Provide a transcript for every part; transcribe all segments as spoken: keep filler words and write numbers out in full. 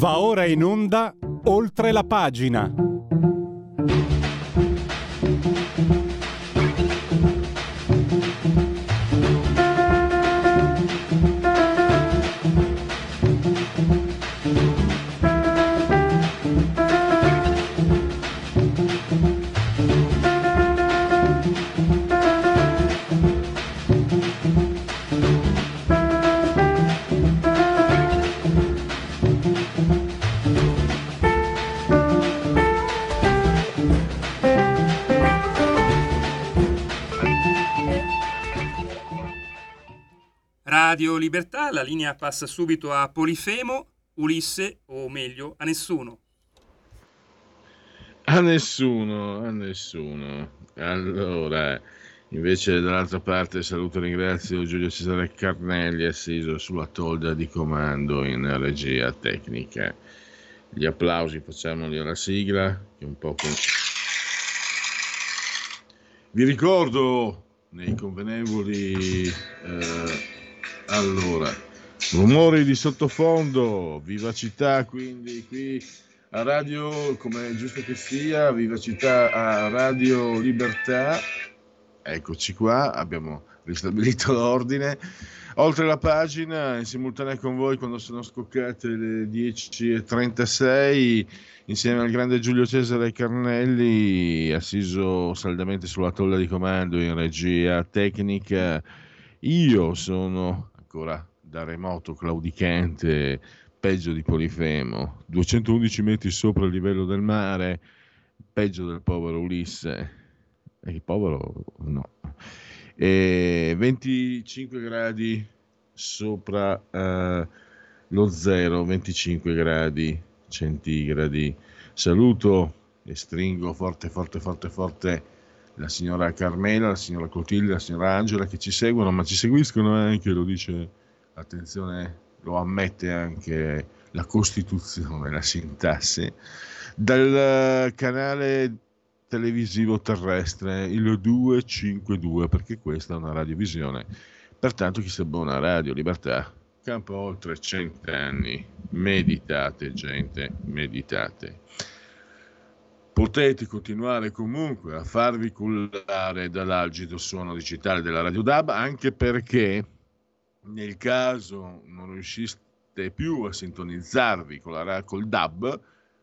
Va ora in onda Oltre la pagina. Radio Libertà, la linea passa subito a Polifemo, Ulisse, o meglio, a nessuno. A nessuno, a nessuno. Allora, invece dall'altra parte saluto e ringrazio Giulio Cesare Carnelli, assiso sulla tolda di comando in regia tecnica. Gli applausi facciamoli alla sigla, che un po' con... Vi ricordo nei convenevoli... Eh, Allora, rumori di sottofondo, vivacità quindi qui a Radio, come è giusto che sia, vivacità a Radio Libertà. Eccoci qua, abbiamo ristabilito l'ordine. Oltre la pagina, in simultanea con voi quando sono scoccate le dieci e trentasei, insieme al grande Giulio Cesare Carnelli, assiso saldamente sulla tolla di comando in regia tecnica. Io sono ancora da remoto claudicante, peggio di Polifemo, duecentoundici metri sopra il livello del mare, peggio del povero Ulisse. E il povero no. E venticinque gradi sopra eh, lo zero, venticinque gradi centigradi. Saluto e stringo forte forte forte forte la signora Carmela, la signora Clotilde, la signora Angela che ci seguono, ma ci seguiscono anche, lo dice, attenzione, lo ammette anche la Costituzione, la sintassi, dal canale televisivo terrestre, il duecentocinquantadue, perché questa è una radiovisione. Pertanto chi si abbona a Radio Libertà campa oltre cent'anni. Meditate, gente, meditate. Potete continuare comunque a farvi cullare dall'algido suono digitale della Radio D A B, anche perché nel caso non riusciste più a sintonizzarvi con la, col D A B,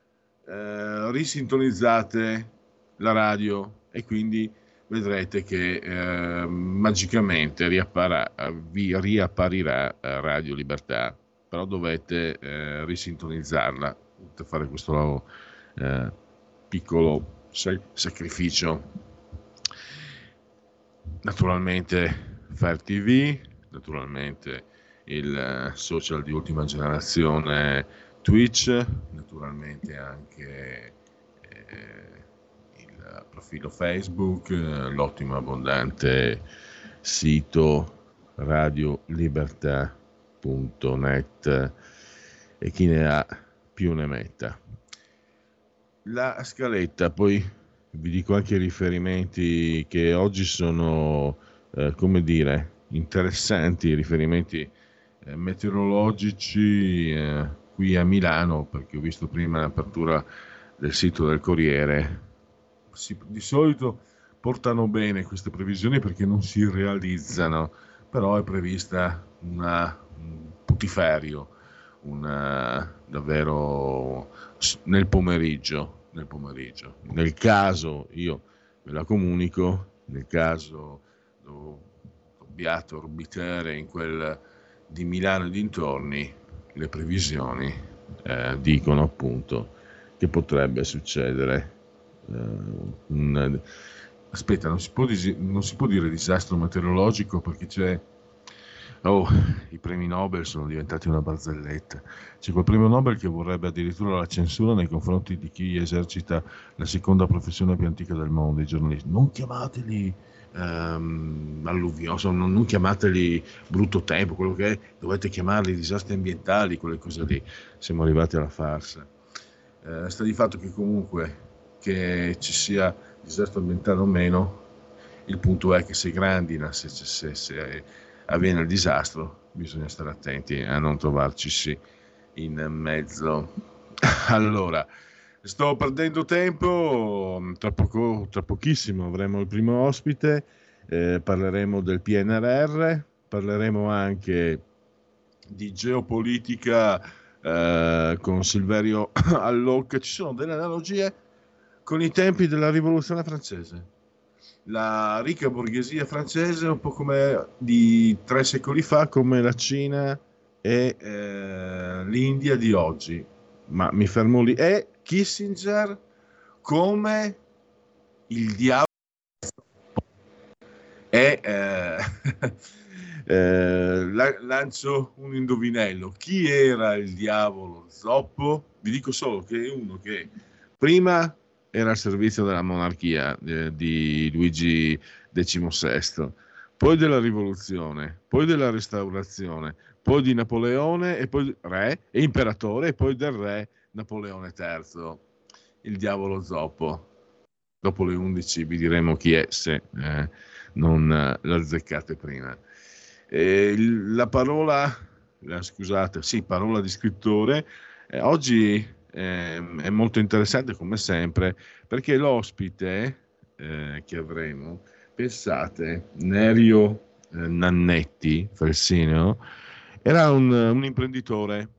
eh, risintonizzate la radio e quindi vedrete che eh, magicamente riappara, vi riapparirà Radio Libertà, però dovete eh, risintonizzarla, dovete fare questo eh, piccolo sacrificio. Naturalmente Fire T V, naturalmente il social di ultima generazione Twitch, naturalmente anche eh, il profilo Facebook, l'ottimo abbondante sito radiolibertà punto net e chi ne ha più ne metta. La scaletta, poi vi dico anche i riferimenti che oggi sono, eh, come dire, interessanti, riferimenti eh, meteorologici eh, qui a Milano, perché ho visto prima l'apertura del sito del Corriere. Si, di solito portano bene queste previsioni perché non si realizzano, però è prevista una, un putiferio, una, davvero nel pomeriggio. Nel pomeriggio. Nel caso io ve la comunico, nel caso do, dobbiate orbitare in quel di Milano e dintorni, le previsioni eh, dicono appunto che potrebbe succedere eh, un, aspetta, non si può, non si può dire disastro meteorologico perché c'è oh, i premi Nobel sono diventati una barzelletta. C'è quel premio Nobel che vorrebbe addirittura la censura nei confronti di chi esercita la seconda professione più antica del mondo, i giornalisti. Non chiamateli ehm, alluvioni, non, non chiamateli brutto tempo, quello che è, dovete chiamarli disastri ambientali, quelle cose lì. Siamo arrivati alla farsa. Eh, sta di fatto che comunque che ci sia disastro ambientale o meno, il punto è che se grandina, se, se, se avviene il disastro, bisogna stare attenti a non trovarci sì, in mezzo. Allora, sto perdendo tempo, tra, poco, tra pochissimo avremo il primo ospite, eh, parleremo del P N R R, parleremo anche di geopolitica eh, con Silverio Allocca. Ci sono delle analogie con i tempi della rivoluzione francese. La ricca borghesia francese è un po' come di tre secoli fa, come la Cina e eh, l'India di oggi. Ma mi fermo lì. E Kissinger come il diavolo. E eh, eh, lancio un indovinello. Chi era il diavolo zoppo? Vi dico solo che è uno che prima era al servizio della monarchia eh, di Luigi diciassette, poi della rivoluzione, poi della restaurazione, poi di Napoleone e poi re e imperatore e poi del re Napoleone terzo, il diavolo zoppo. Dopo le undici vi diremo chi è, se eh, non eh, l'azzeccate prima. E la parola, la, scusate, sì, parola di scrittore, eh, oggi eh, è molto interessante come sempre, perché l'ospite eh, che avremo, pensate, Nerio eh, Nannetti, Felsineo, era un, un imprenditore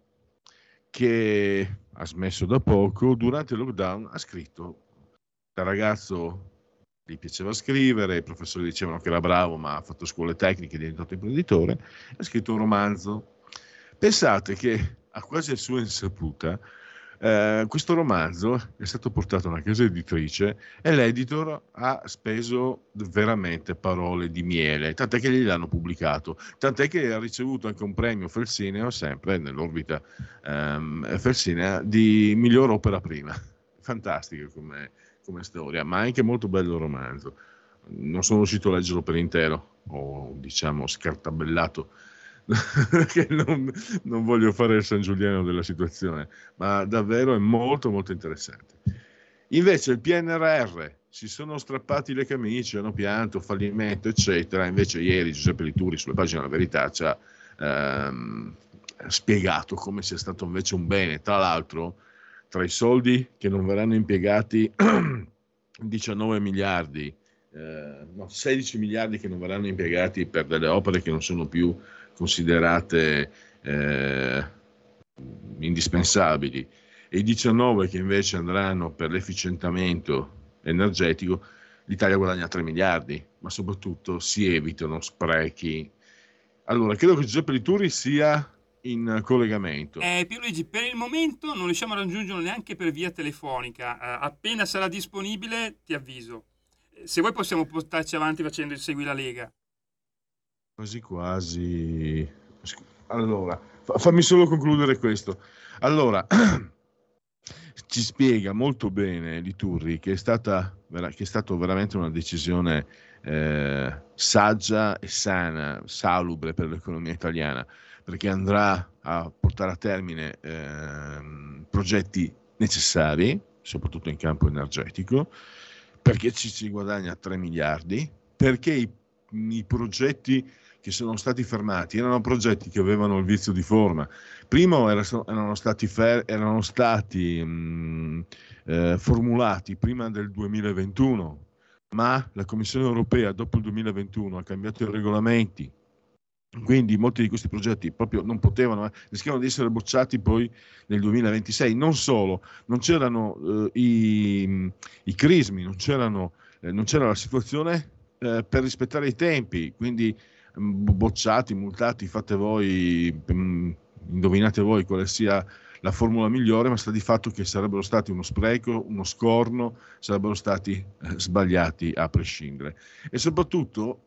che ha smesso da poco. Durante il lockdown ha scritto. Da ragazzo gli piaceva scrivere, i professori dicevano che era bravo, ma ha fatto scuole tecniche, è diventato imprenditore, ha scritto un romanzo. Pensate che a quasi a sua insaputa eh, questo romanzo è stato portato a una casa editrice e l'editor ha speso veramente parole di miele, tant'è che gliel'hanno pubblicato, tant'è che ha ricevuto anche un premio Felsineo, sempre nell'orbita ehm, Felsinea, di miglior opera prima. Fantastica come come storia, ma anche molto bello il romanzo. Non sono riuscito a leggerlo per intero, ho diciamo scartabellato che non, non voglio fare il San Giuliano della situazione, ma davvero è molto molto interessante. Invece il P N R R, si sono strappati le camicie, hanno pianto, fallimento eccetera. Invece ieri Giuseppe Lituri sulle pagine della Verità ci ha ehm, spiegato come sia stato invece un bene. Tra l'altro, tra i soldi che non verranno impiegati, diciannove miliardi, eh, no, sedici miliardi che non verranno impiegati per delle opere che non sono più considerate eh, indispensabili, e i diciannove che invece andranno per l'efficientamento energetico, l'Italia guadagna tre miliardi, ma soprattutto si evitano sprechi. Allora, credo che Giuseppe Lituri sia in collegamento. Eh, Pierluigi, per il momento non riusciamo a raggiungerlo neanche per via telefonica. Eh, appena sarà disponibile ti avviso. Se vuoi possiamo portarci avanti facendo il Segui la Lega. Quasi quasi. Allora, fammi solo concludere questo. Allora, ci spiega molto bene Liturri che è stata che è stato veramente una decisione eh, saggia e sana, salubre per l'economia italiana, perché andrà a portare a termine eh, progetti necessari, soprattutto in campo energetico, perché ci si guadagna tre miliardi, perché i, i progetti che sono stati fermati erano progetti che avevano il vizio di forma. Primo era, erano stati, fer, erano stati mh, eh, formulati prima del duemilaventuno, ma la Commissione europea dopo il duemilaventuno ha cambiato i regolamenti, quindi molti di questi progetti proprio non potevano, eh, rischiavano di essere bocciati poi nel duemilaventisei. Non solo, non c'erano eh, i, i crismi, non, c'erano, eh, non c'era la situazione eh, per rispettare i tempi, quindi mh, bocciati, multati, fate voi, mh, indovinate voi quale sia la formula migliore, ma sta di fatto che sarebbero stati uno spreco, uno scorno, sarebbero stati eh, sbagliati a prescindere. E soprattutto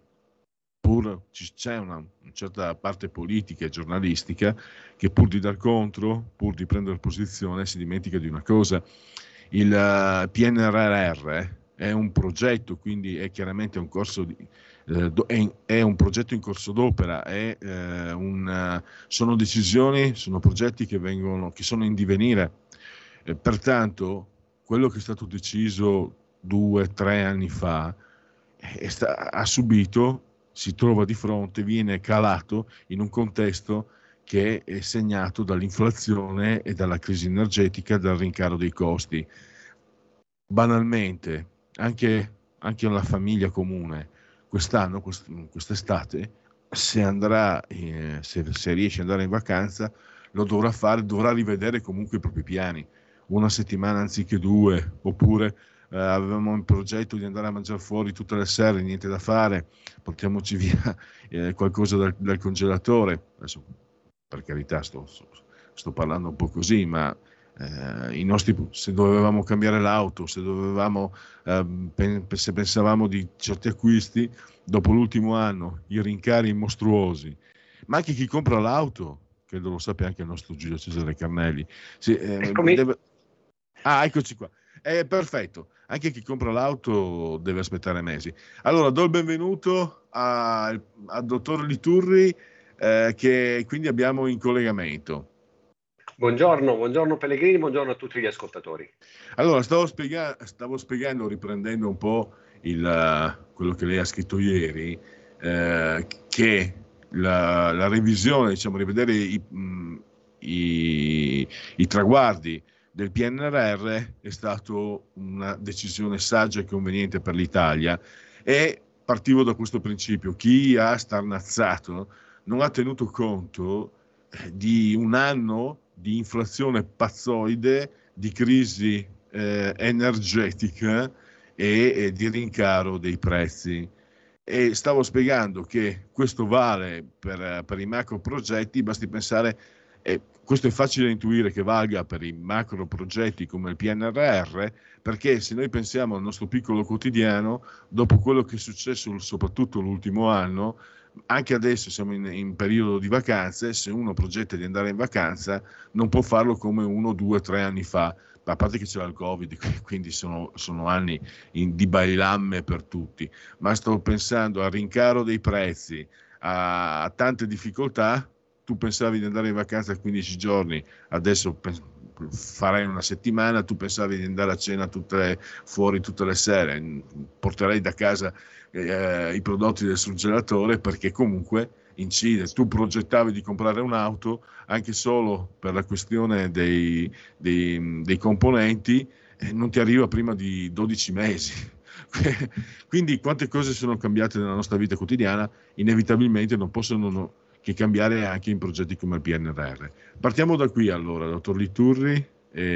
pur c'è una, una certa parte politica e giornalistica che pur di dar contro, pur di prendere posizione, si dimentica di una cosa: il uh, P N R R è un progetto, quindi è chiaramente un corso di, eh, è, è un progetto in corso d'opera, è, eh, un, uh, sono decisioni, sono progetti che vengono, che sono in divenire. Eh, pertanto quello che è stato deciso due, tre anni fa è sta, ha subito si trova di fronte, viene calato in un contesto che è segnato dall'inflazione e dalla crisi energetica, dal rincaro dei costi. Banalmente, anche, anche una famiglia comune quest'anno, quest, quest'estate, se andrà, eh, se, se riesce ad andare in vacanza, lo dovrà fare, dovrà rivedere comunque i propri piani. Una settimana anziché due, oppure eh, avevamo in progetto di andare a mangiare fuori tutte le sere, niente da fare, portiamoci via eh, qualcosa dal, dal congelatore. Adesso, per carità, sto, sto, sto parlando un po' così, ma eh, i nostri, se dovevamo cambiare l'auto, se dovevamo, eh, pen, se pensavamo di certi acquisti, dopo l'ultimo anno, i rincari mostruosi, ma anche chi compra l'auto, credo lo sappia anche il nostro Giulio Cesare Carnelli. Sì, eh, deve... Ah, eccoci qua. Eh, perfetto. Anche chi compra l'auto deve aspettare mesi. Allora, do il benvenuto al dottor Liturri, eh, che quindi abbiamo in collegamento. Buongiorno, buongiorno Pellegrini, buongiorno a tutti gli ascoltatori. Allora, stavo, spiega- stavo spiegando, riprendendo un po' il, uh, quello che lei ha scritto ieri, eh, che la, la revisione, diciamo, rivedere i, mh, i, i traguardi del P N R R è stata una decisione saggia e conveniente per l'Italia, e partivo da questo principio: chi ha starnazzato non ha tenuto conto di un anno di inflazione pazzoide, di crisi eh, energetica e, e di rincaro dei prezzi. E stavo spiegando che questo vale per, per i macro progetti, basti pensare, e questo è facile da intuire che valga per i macro progetti come il P N R R, perché se noi pensiamo al nostro piccolo quotidiano, dopo quello che è successo soprattutto l'ultimo anno, anche adesso siamo in, in periodo di vacanze, se uno progetta di andare in vacanza non può farlo come uno, due, tre anni fa, a parte che c'era il Covid, quindi sono, sono anni in, di bailamme per tutti, ma sto pensando al rincaro dei prezzi, a, a tante difficoltà. Tu pensavi di andare in vacanza quindici giorni, adesso farai una settimana, tu pensavi di andare a cena tutte le, fuori tutte le sere, porterai da casa eh, i prodotti del surgelatore, perché comunque incide. Tu progettavi di comprare un'auto anche solo per la questione dei, dei, dei componenti, e non ti arriva prima di dodici mesi. Quindi quante cose sono cambiate nella nostra vita quotidiana, inevitabilmente non possono non, che cambiare anche in progetti come il P N R R. Partiamo da qui allora, dottor Liturri,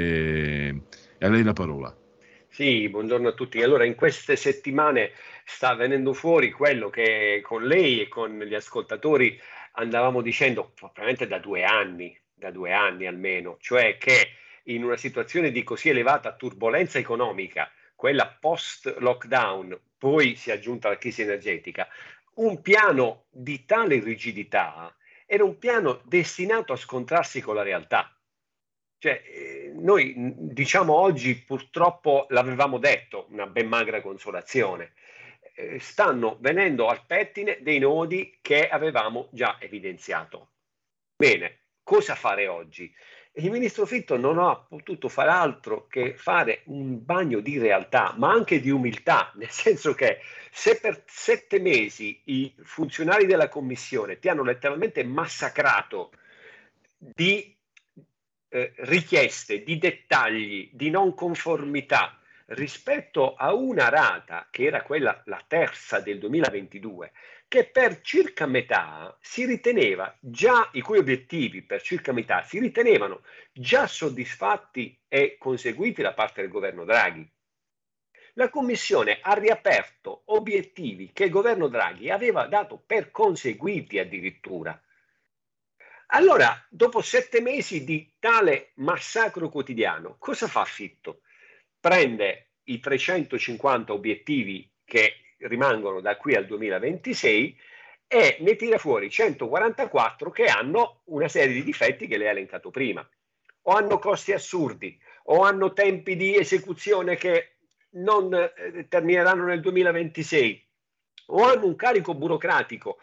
e a lei la parola. Sì, buongiorno a tutti. Allora, in queste settimane sta venendo fuori quello che con lei e con gli ascoltatori andavamo dicendo probabilmente da due anni, da due anni almeno, cioè che in una situazione di così elevata turbolenza economica, quella post-lockdown, poi si è aggiunta la crisi energetica, un piano di tale rigidità era un piano destinato a scontrarsi con la realtà. Cioè, eh, noi diciamo oggi purtroppo l'avevamo detto, una ben magra consolazione, eh, stanno venendo al pettine dei nodi che avevamo già evidenziato. Bene, cosa fare oggi? Il ministro Fitto non ha potuto fare altro che fare un bagno di realtà, ma anche di umiltà, nel senso che se per sette mesi i funzionari della Commissione ti hanno letteralmente massacrato di eh, richieste, di dettagli, di non conformità rispetto a una rata che era quella, la terza del duemilaventidue, che per circa metà si riteneva già, i cui obiettivi per circa metà si ritenevano già soddisfatti e conseguiti da parte del governo Draghi. La Commissione ha riaperto obiettivi che il governo Draghi aveva dato per conseguiti addirittura. Allora, dopo sette mesi di tale massacro quotidiano, cosa fa Fitto? Prende i trecentocinquanta obiettivi che rimangono da qui al duemilaventisei e ne tira fuori centoquarantaquattro che hanno una serie di difetti che lei ha elencato prima. O hanno costi assurdi, o hanno tempi di esecuzione che non eh, termineranno nel duemilaventisei, o hanno un carico burocratico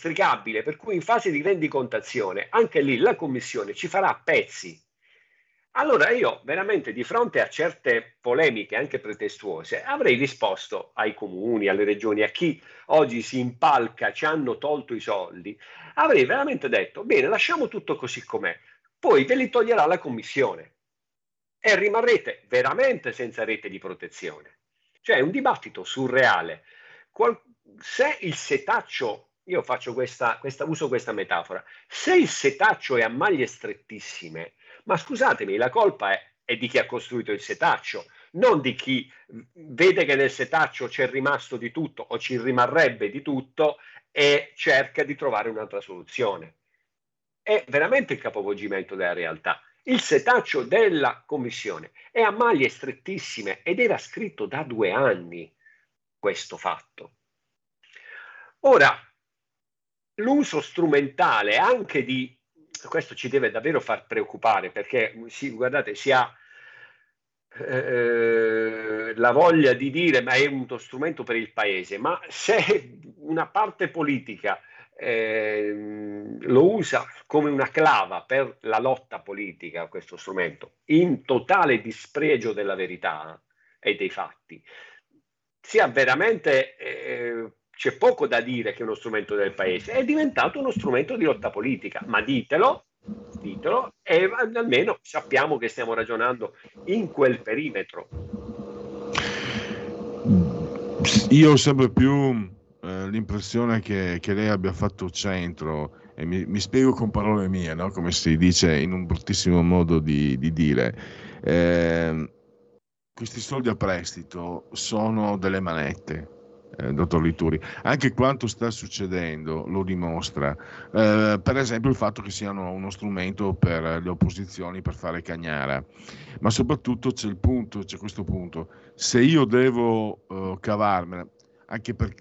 inestricabile, per cui in fase di rendicontazione anche lì la Commissione ci farà a pezzi. Allora io veramente di fronte a certe polemiche anche pretestuose avrei risposto ai comuni, alle regioni, a chi oggi si impalca, ci hanno tolto i soldi, avrei veramente detto bene, lasciamo tutto così com'è, poi ve li toglierà la commissione e rimarrete veramente senza rete di protezione. Cioè è un dibattito surreale. Qual- se il setaccio, io faccio questa, questa, uso questa metafora, se il setaccio è a maglie strettissime, ma scusatemi, la colpa è, è di chi ha costruito il setaccio, non di chi vede che nel setaccio c'è rimasto di tutto o ci rimarrebbe di tutto e cerca di trovare un'altra soluzione. È veramente il capovolgimento della realtà. Il setaccio della commissione è a maglie strettissime ed era scritto da due anni questo fatto. Ora, l'uso strumentale anche di questo ci deve davvero far preoccupare, perché sì, guardate, si ha eh, la voglia di dire ma è uno strumento per il paese, ma se una parte politica eh, lo usa come una clava per la lotta politica, questo strumento, in totale dispregio della verità e dei fatti, sia veramente eh, c'è poco da dire che è uno strumento del paese, è diventato uno strumento di lotta politica, ma ditelo, ditelo e almeno sappiamo che stiamo ragionando in quel perimetro. Io ho sempre più eh, l'impressione che, che lei abbia fatto centro, e mi, mi spiego con parole mie, no? Come si dice in un bruttissimo modo di, di dire. Eh, questi soldi a prestito sono delle manette, eh, dottor Lituri. Anche quanto sta succedendo lo dimostra. Eh, per esempio il fatto che siano uno strumento per le opposizioni per fare cagnara. Ma soprattutto c'è il punto, c'è questo punto. Se io devo uh, cavarmela, anche per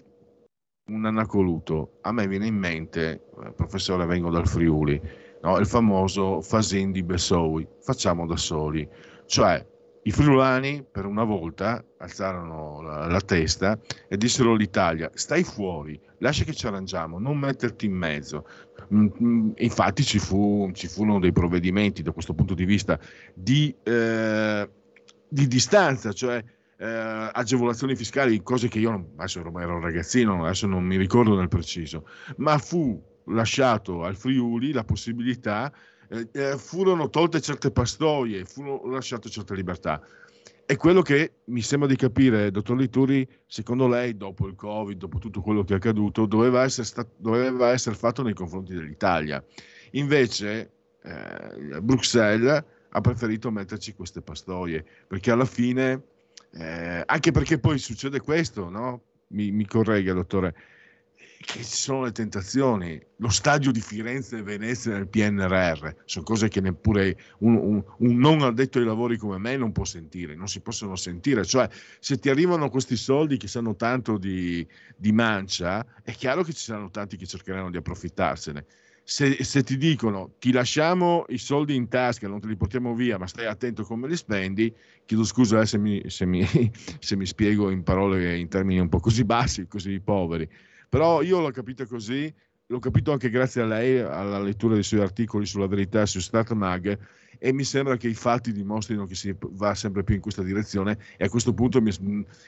un anacoluto, a me viene in mente, eh, professore, vengo dal Friuli, no? Il famoso Fasin di Bessaui, facciamo da soli. Cioè, i friulani per una volta alzarono la, la testa e dissero all'Italia: stai fuori, lascia che ci arrangiamo, non metterti in mezzo. Mm, mm, infatti ci, fu, ci furono dei provvedimenti da questo punto di vista di, eh, di distanza, cioè eh, agevolazioni fiscali, cose che io non, adesso ero un ragazzino, adesso non mi ricordo nel preciso, ma fu lasciato al Friuli la possibilità. Eh, furono tolte certe pastoie, furono lasciate certe libertà. E quello che mi sembra di capire, dottor Lituri, secondo lei, dopo il Covid, dopo tutto quello che è accaduto, doveva essere, stato, doveva essere fatto nei confronti dell'Italia. Invece eh, Bruxelles ha preferito metterci queste pastoie, perché alla fine, eh, anche perché poi succede questo, no? Mi, mi corregga, dottore, che ci sono le tentazioni, lo stadio di Firenze e Venezia nel P N R R sono cose che neppure un, un, un non addetto ai lavori come me non può sentire, non si possono sentire. Cioè, se ti arrivano questi soldi che sanno tanto di, di mancia, è chiaro che ci saranno tanti che cercheranno di approfittarsene. Se, se ti dicono ti lasciamo i soldi in tasca, non te li portiamo via, ma stai attento come li spendi, chiedo scusa eh, se, mi, se, mi, se mi spiego in parole, in termini un po' così bassi, così poveri. Però io l'ho capito così, l'ho capito anche grazie a lei, alla lettura dei suoi articoli sulla verità su StatMag, e mi sembra che i fatti dimostrino che si va sempre più in questa direzione, e a questo punto mi,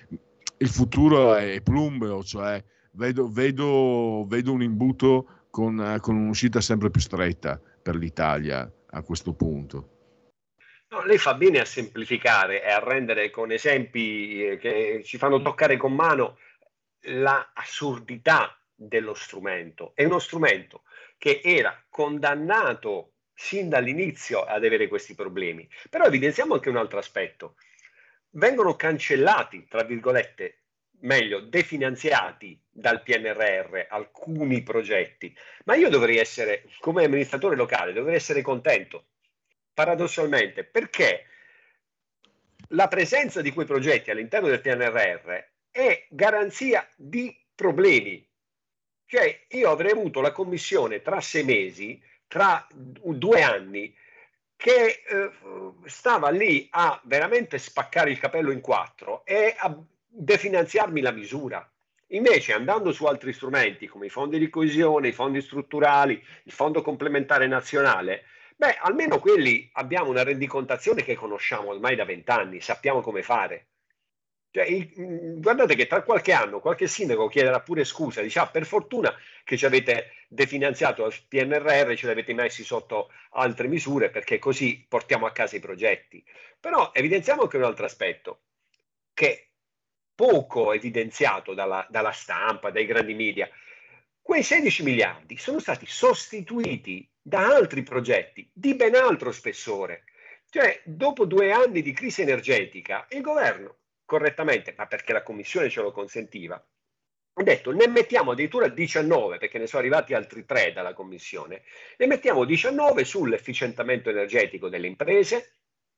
il futuro è plumbeo, cioè vedo, vedo, vedo un imbuto con, con un'uscita sempre più stretta per l'Italia a questo punto. No, lei fa bene a semplificare e a rendere con esempi che ci fanno toccare con mano la assurdità dello strumento. È uno strumento che era condannato sin dall'inizio ad avere questi problemi. Però evidenziamo anche un altro aspetto. Vengono cancellati, tra virgolette, meglio, definanziati dal P N R R alcuni progetti, ma io dovrei essere, come amministratore locale, dovrei essere contento, paradossalmente, perché la presenza di quei progetti all'interno del P N R R è garanzia di problemi. Cioè, io avrei avuto la commissione tra sei mesi, tra due anni, che eh, stava lì a veramente spaccare il capello in quattro e a definanziarmi la misura. Invece, andando su altri strumenti come i fondi di coesione, i fondi strutturali, il fondo complementare nazionale, Beh, almeno quelli abbiamo una rendicontazione che conosciamo ormai da vent'anni, sappiamo come fare. Cioè, il, guardate che tra qualche anno qualche sindaco chiederà pure scusa, dice ah, per fortuna che ci avete definanziato il P N R R, ce l'avete messi sotto altre misure perché così portiamo a casa i progetti. Però evidenziamo anche un altro aspetto, che poco evidenziato dalla, dalla stampa, dai grandi media. Quei sedici miliardi sono stati sostituiti da altri progetti di ben altro spessore. Cioè, dopo due anni di crisi energetica, il governo, correttamente, ma perché la Commissione ce lo consentiva, ha detto ne mettiamo addirittura diciannove, perché ne sono arrivati altri tre dalla Commissione, ne mettiamo diciannove sull'efficientamento energetico delle imprese,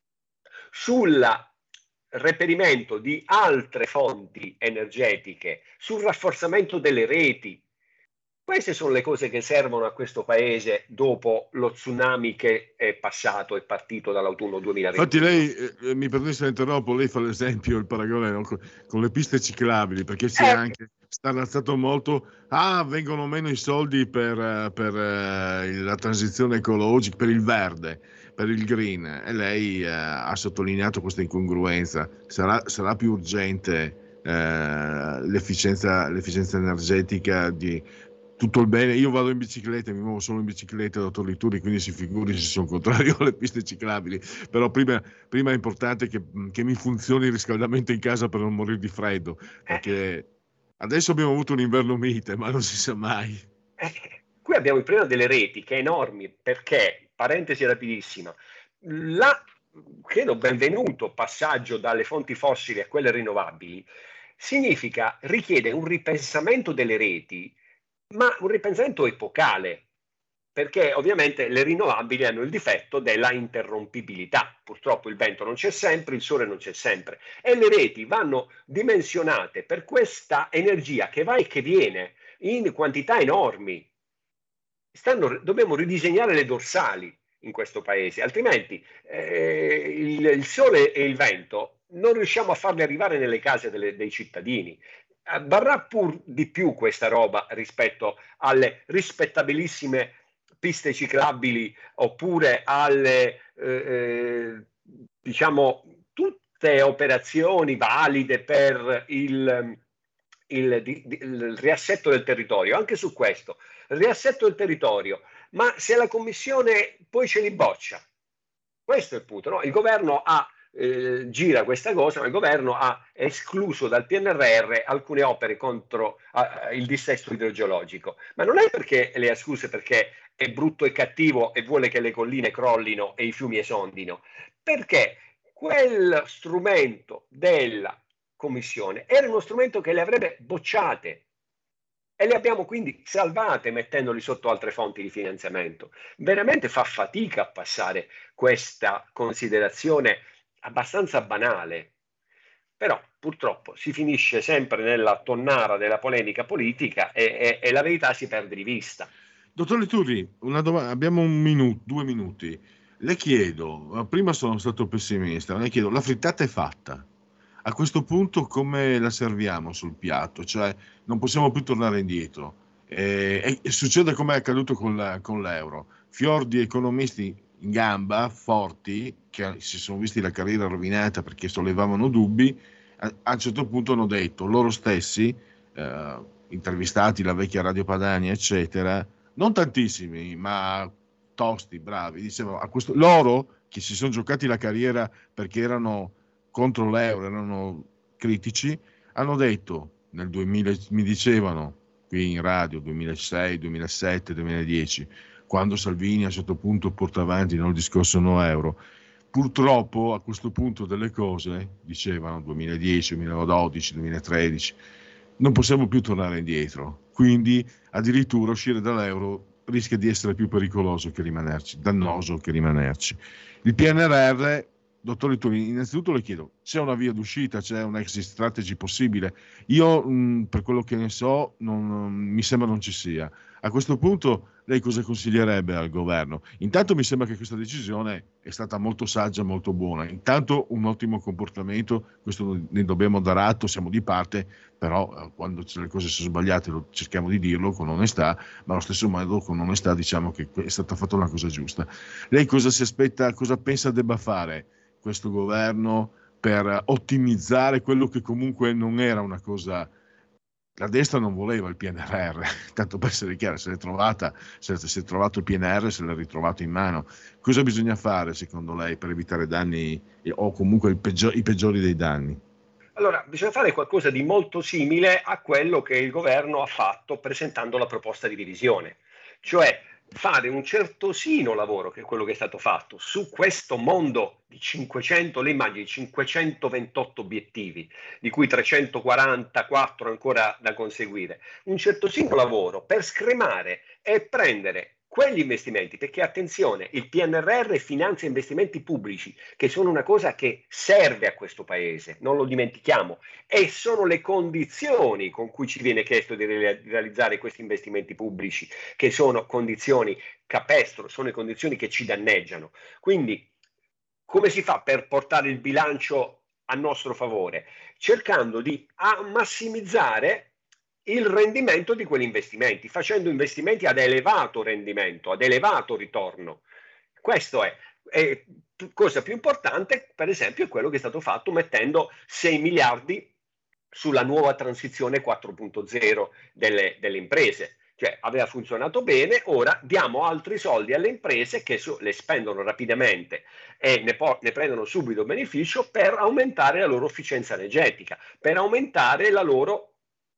sul reperimento di altre fonti energetiche, sul rafforzamento delle reti. Queste sono le cose che servono a questo paese dopo lo tsunami che è passato, è partito dall'autunno duemilaventi. Infatti lei, eh, mi perdoni se la interrompo, lei fa l'esempio, il paragone, no? con, con le piste ciclabili, perché si è Eh. anche stanazzato molto, ah, vengono meno i soldi per, per uh, la transizione ecologica, per il verde, per il green, e lei uh, ha sottolineato questa incongruenza. Sarà, sarà più urgente uh, l'efficienza, l'efficienza energetica di tutto il bene. Io vado in bicicletta, mi muovo solo in bicicletta, dottor Liturri, quindi si figuri se sono contrario alle piste ciclabili, però prima, prima è importante che, che mi funzioni il riscaldamento in casa per non morire di freddo, perché adesso abbiamo avuto un inverno mite, ma non si sa mai. Eh, qui abbiamo il problema delle reti, che è enorme, perché, parentesi rapidissima, la, credo benvenuto passaggio dalle fonti fossili a quelle rinnovabili significa, richiede un ripensamento delle reti, ma un ripensamento epocale, perché ovviamente le rinnovabili hanno il difetto della interrompibilità. Purtroppo il vento non c'è sempre, il sole non c'è sempre, e le reti vanno dimensionate per questa energia che va e che viene in quantità enormi. Stanno, dobbiamo ridisegnare le dorsali in questo paese, altrimenti eh, il, il sole e il vento non riusciamo a farli arrivare nelle case delle, dei cittadini. Varrà pur di più questa roba rispetto alle rispettabilissime piste ciclabili oppure alle eh, diciamo tutte operazioni valide per il, il, il, il riassetto del territorio. Anche su questo, il riassetto del territorio, ma se la Commissione poi ce li boccia, questo è il punto, no? Il governo ha Eh, gira questa cosa, ma il governo ha escluso dal P N R R alcune opere contro eh, il dissesto idrogeologico, ma non è perché le ha escluse perché è brutto e cattivo e vuole che le colline crollino e i fiumi esondino, perché quel strumento della Commissione era uno strumento che le avrebbe bocciate e le abbiamo quindi salvate mettendoli sotto altre fonti di finanziamento. Veramente fa fatica a passare questa considerazione abbastanza banale, però purtroppo si finisce sempre nella tonnara della polemica politica e, e, e la verità si perde di vista. Dottor Liturri, una domanda, abbiamo un minuto, due minuti. Le chiedo, prima sono stato pessimista, le chiedo, la frittata è fatta. A questo punto come la serviamo sul piatto? Cioè non possiamo più tornare indietro. E, e succede come è accaduto con, la, con l'euro. Fior di economisti in gamba, forti, che si sono visti la carriera rovinata perché sollevavano dubbi, a, a un certo punto hanno detto loro stessi, eh, intervistati la vecchia Radio Padania, eccetera, non tantissimi, ma tosti, bravi, dicevano, a questo, loro che si sono giocati la carriera perché erano contro l'euro, erano critici, hanno detto nel duemila, mi dicevano qui in radio, duemilasei, duemilasette, duemiladieci, quando Salvini a un certo punto porta avanti no, il discorso no euro. Purtroppo a questo punto delle cose, dicevano duemiladieci, duemiladodici, duemilatredici, non possiamo più tornare indietro, quindi addirittura uscire dall'euro rischia di essere più pericoloso che rimanerci, dannoso che rimanerci. Il P N R R, dottor Liturri, innanzitutto le chiedo, c'è una via d'uscita, c'è un exit strategy possibile. Io, mh, per quello che ne so, non, non- mi sembra non ci sia. A questo punto, lei cosa consiglierebbe al governo? Intanto mi sembra che questa decisione è stata molto saggia, molto buona. Intanto un ottimo comportamento, questo ne dobbiamo dare atto, siamo di parte, però eh, quando le cose sono sbagliate lo, cerchiamo di dirlo con onestà, ma allo stesso modo con onestà diciamo che è stata fatta una cosa giusta. Lei cosa si aspetta, cosa pensa debba fare questo governo per ottimizzare quello che comunque non era una cosa. La destra non voleva il P N R R, tanto per essere chiaro, se l'è trovata, se si è trovato il P N R R, se l'è ritrovato in mano. Cosa bisogna fare secondo lei per evitare danni o comunque i peggiori, i peggiori dei danni? Allora, bisogna fare qualcosa di molto simile a quello che il governo ha fatto presentando la proposta di revisione, cioè fare un certosino lavoro, che è quello che è stato fatto, su questo mondo di cinquecento, le immagini, cinquecentoventotto obiettivi, di cui trecentoquarantaquattro ancora da conseguire, un certosino lavoro per scremare e prendere quegli investimenti, perché attenzione, il P N R R finanzia investimenti pubblici, che sono una cosa che serve a questo paese, non lo dimentichiamo, e sono le condizioni con cui ci viene chiesto di re- realizzare questi investimenti pubblici, che sono condizioni capestro, sono le condizioni che ci danneggiano. Quindi, come si fa per portare il bilancio a nostro favore? Cercando di ah, massimizzare il rendimento di quegli investimenti, facendo investimenti ad elevato rendimento, ad elevato ritorno. Questo è. E cosa più importante, per esempio, è quello che è stato fatto mettendo sei miliardi sulla nuova transizione quattro punto zero delle, delle imprese. Cioè aveva funzionato bene, ora diamo altri soldi alle imprese che so, le spendono rapidamente e ne, po- ne prendono subito beneficio per aumentare la loro efficienza energetica, per aumentare la loro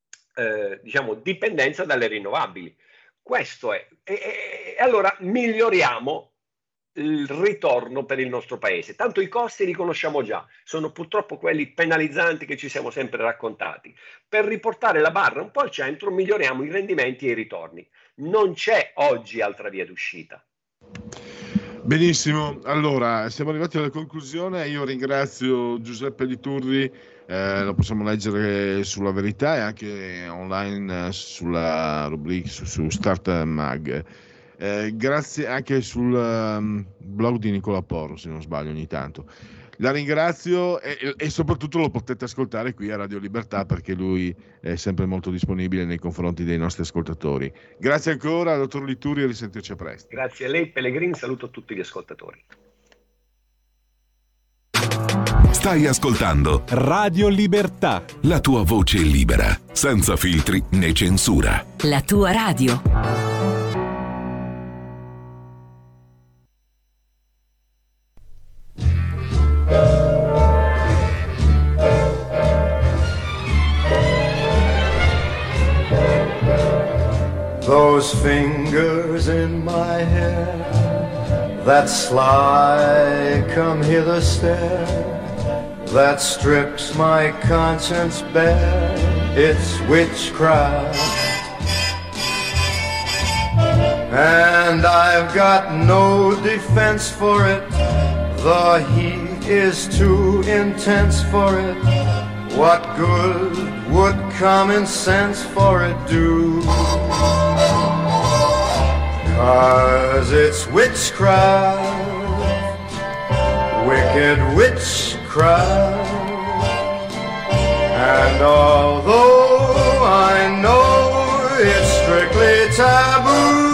Eh, diciamo dipendenza dalle rinnovabili. Questo è. E, e, e allora miglioriamo il ritorno per il nostro paese. Tanto i costi li conosciamo già, sono purtroppo quelli penalizzanti che ci siamo sempre raccontati. Per riportare la barra un po' al centro miglioriamo i rendimenti e i ritorni. Non c'è oggi altra via d'uscita. Benissimo, allora siamo arrivati alla conclusione. Io ringrazio Giuseppe Liturri, eh, lo possiamo leggere sulla Verità e anche online sulla rubrica su, su Start Mag. Eh, grazie anche sul um, blog di Nicola Porro, se non sbaglio ogni tanto. La ringrazio e, e soprattutto lo potete ascoltare qui a Radio Libertà, perché lui è sempre molto disponibile nei confronti dei nostri ascoltatori. Grazie ancora, dottor Liturri, e risentirci a presto. Grazie a lei, Pellegrini, saluto tutti gli ascoltatori. Stai ascoltando Radio Libertà, la tua voce libera, senza filtri né censura. La tua radio. Those fingers in my hair, that sly come hither stare, that strips my conscience bare, it's witchcraft. And I've got no defense for it, the heat is too intense for it. What good would common sense for it do? 'Cause it's witchcraft, wicked witchcraft. And although I know it's strictly taboo,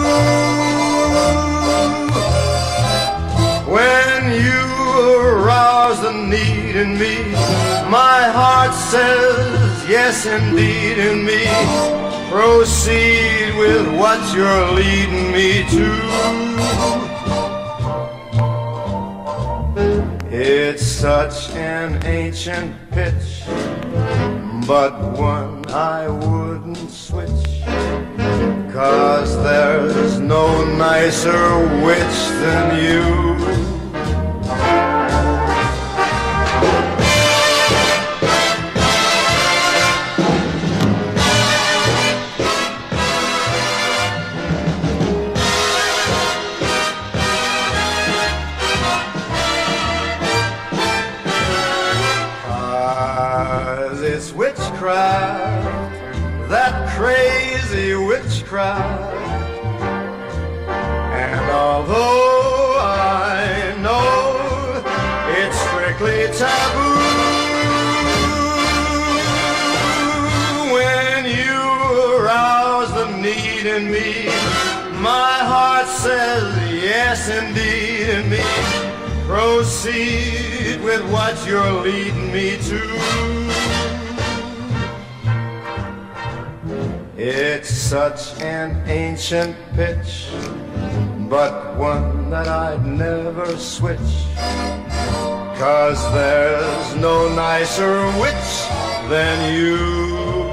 when you arouse the need in me, my heart says yes indeed in me. Proceed with what you're leading me to. It's such an ancient pitch, but one I wouldn't switch, 'cause there's no nicer witch than you. craft, that crazy witchcraft. And although I know it's strictly taboo, when you arouse the need in me, my heart says yes indeed in me. Proceed with what you're leading me to. It's such an ancient pitch, but one that I'd never switch, 'cause there's no nicer witch than you.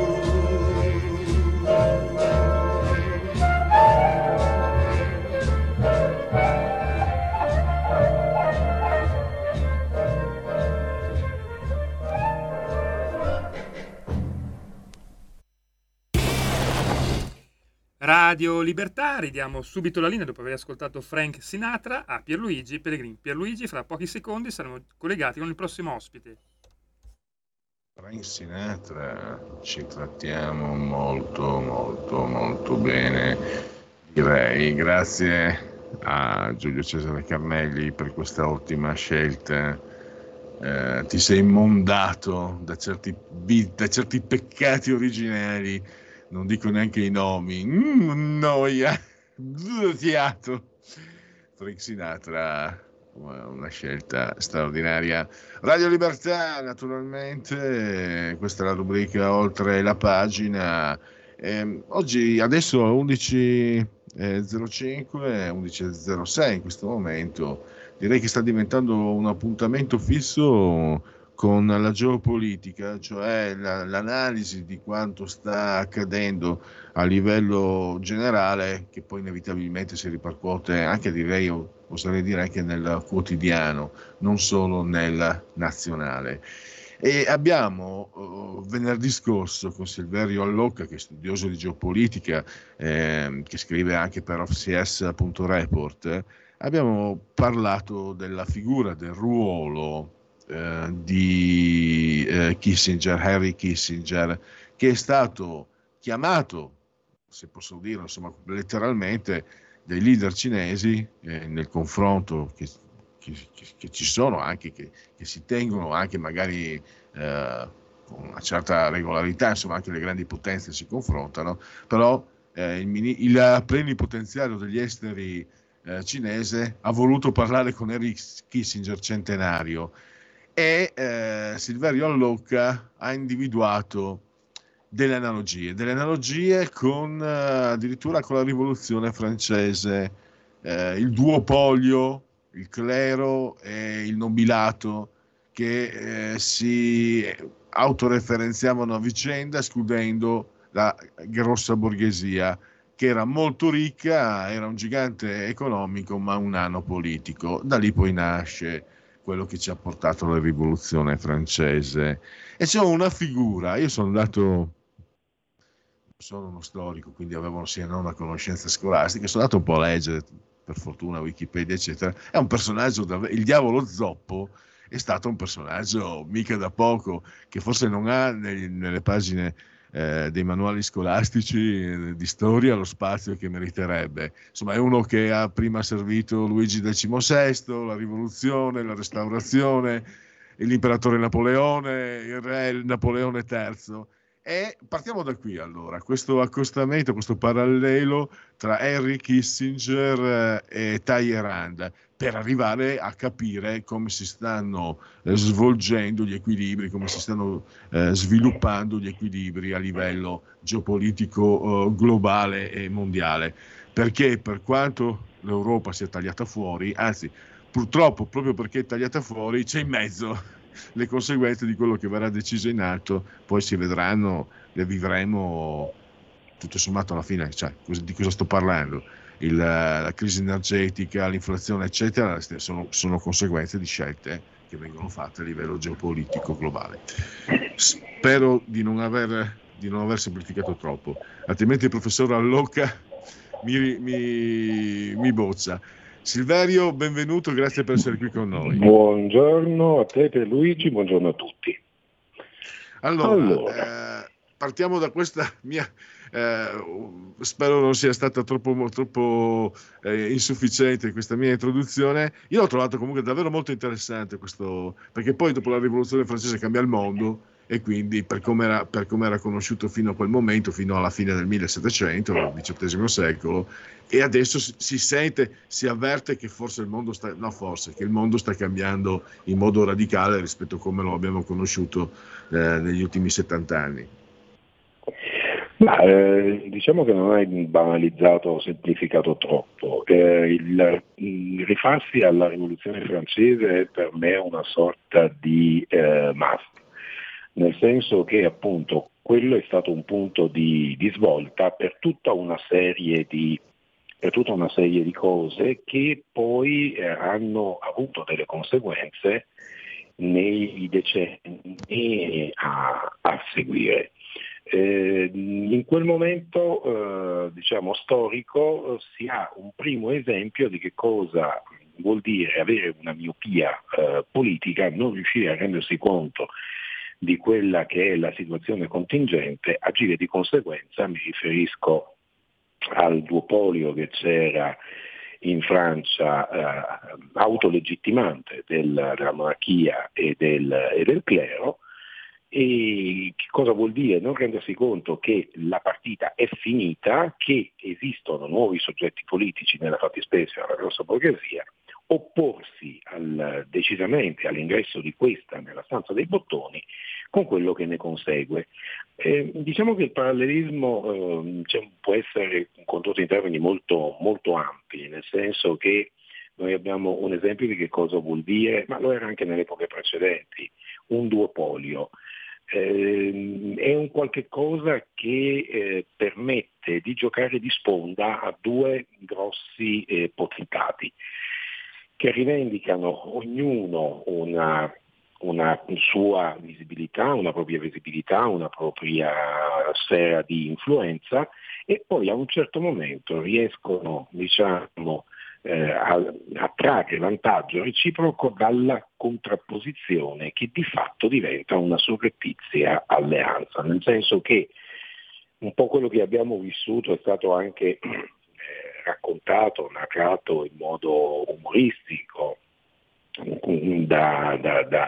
Radio Libertà, ridiamo subito la linea dopo aver ascoltato Frank Sinatra a Pierluigi Pellegrini. Pierluigi, fra pochi secondi saremo collegati con il prossimo ospite. Frank Sinatra, ci trattiamo molto molto molto bene, direi. Grazie a Giulio Cesare Carnelli per questa ottima scelta. Eh, ti sei mondato da certi, da certi peccati originali, non dico neanche i nomi. Mm, noia, fiato. Frank Sinatra, una scelta straordinaria. Radio Libertà, naturalmente, questa è la rubrica Oltre la pagina. Eh, oggi, adesso undici e zero cinque, undici e zero sei in questo momento, direi che sta diventando un appuntamento fisso con la geopolitica, cioè la, l'analisi di quanto sta accadendo a livello generale, che poi inevitabilmente si ripercuote anche, direi, oserei dire anche nel quotidiano, non solo nel nazionale. E abbiamo uh, venerdì scorso con Silverio Allocca, che è studioso di geopolitica, eh, che scrive anche per O F C S punto report, eh, abbiamo parlato della figura, del ruolo eh, di eh, Kissinger, Henry Kissinger, che è stato chiamato, se posso dire, insomma, letteralmente, dai leader cinesi eh, nel confronto che, che, che ci sono, anche che, che si tengono anche magari eh, con una certa regolarità, insomma anche le grandi potenze si confrontano, però eh, il, mini, il plenipotenziario degli esteri eh, cinese ha voluto parlare con Henry Kissinger centenario e eh, Silverio Allocca ha individuato delle analogie, delle analogie con eh, addirittura con la rivoluzione francese, eh, il duopolio, il clero e il nobilato che eh, si autoreferenziavano a vicenda, escludendo la grossa borghesia, che era molto ricca, era un gigante economico ma un nano politico. Da lì poi nasce quello che ci ha portato alla rivoluzione francese. E c'è una figura, io sono andato, sono uno storico, quindi avevo sia non una conoscenza scolastica, sono andato un po' a leggere, per fortuna, Wikipedia, eccetera. È un personaggio, il diavolo zoppo è stato un personaggio mica da poco, che forse non ha nel, nelle pagine eh, dei manuali scolastici eh, di storia lo spazio che meriterebbe. Insomma, è uno che ha prima servito Luigi diciannovesimo, la rivoluzione, la restaurazione, l'imperatore Napoleone, il re Napoleone terzo. E partiamo da qui, allora, questo accostamento, questo parallelo tra Henry Kissinger e Talleyrand, per arrivare a capire come si stanno eh, svolgendo gli equilibri, come si stanno eh, sviluppando gli equilibri a livello geopolitico eh, globale e mondiale. Perché per quanto l'Europa sia tagliata fuori, anzi, purtroppo proprio perché è tagliata fuori, c'è in mezzo le conseguenze di quello che verrà deciso in alto, poi si vedranno, le vivremo tutto sommato alla fine. Cioè, di cosa sto parlando? Il, la crisi energetica, l'inflazione, eccetera, sono, sono conseguenze di scelte che vengono fatte a livello geopolitico globale. Spero di non aver, di non aver semplificato troppo, altrimenti il professor Allocca mi, mi, mi boccia. Silverio, benvenuto, grazie per essere qui con noi. Buongiorno a te Pierluigi, buongiorno a tutti. Allora, allora. Eh, partiamo da questa mia, eh, spero non sia stata troppo, troppo eh, insufficiente questa mia introduzione. Io l'ho trovato comunque davvero molto interessante questo, perché poi dopo la rivoluzione francese cambia il mondo, e quindi per come era, per come era conosciuto fino a quel momento, fino alla fine del millesettecento, del diciottesimo secolo, e adesso si, si sente, si avverte che forse il mondo sta, no forse, che il mondo sta cambiando in modo radicale rispetto a come lo abbiamo conosciuto eh, negli ultimi settanta anni. Ma eh, diciamo che non hai banalizzato o semplificato troppo. Eh, il, il rifarsi alla rivoluzione francese è per me una sorta di eh, must, nel senso che appunto quello è stato un punto di, di svolta per tutta una serie di per tutta una serie di cose che poi eh, hanno avuto delle conseguenze nei decenni a, a seguire. Eh, in quel momento eh, diciamo storico si ha un primo esempio di che cosa vuol dire avere una miopia eh, politica, non riuscire a rendersi conto di quella che è la situazione contingente, agire di conseguenza. Mi riferisco al duopolio che c'era in Francia, eh, autolegittimante del, della monarchia e del, e del clero. E che cosa vuol dire? Non rendersi conto che la partita è finita, che esistono nuovi soggetti politici, nella fattispecie la grossa borghesia, opporsi al, decisamente all'ingresso di questa nella stanza dei bottoni, con quello che ne consegue. Eh, diciamo che il parallelismo eh, cioè, può essere condotto in termini molto, molto ampi, nel senso che noi abbiamo un esempio di che cosa vuol dire, ma lo era anche nelle epoche precedenti, un duopolio. Eh, è un qualche cosa che eh, permette di giocare di sponda a due grossi eh, potentati che rivendicano ognuno una, una sua visibilità, una propria visibilità, una propria sfera di influenza, e poi a un certo momento riescono, diciamo, eh, a, a trarre vantaggio reciproco dalla contrapposizione che di fatto diventa una surrettizia alleanza, nel senso che un po' quello che abbiamo vissuto è stato anche raccontato, narrato in modo umoristico da, da, da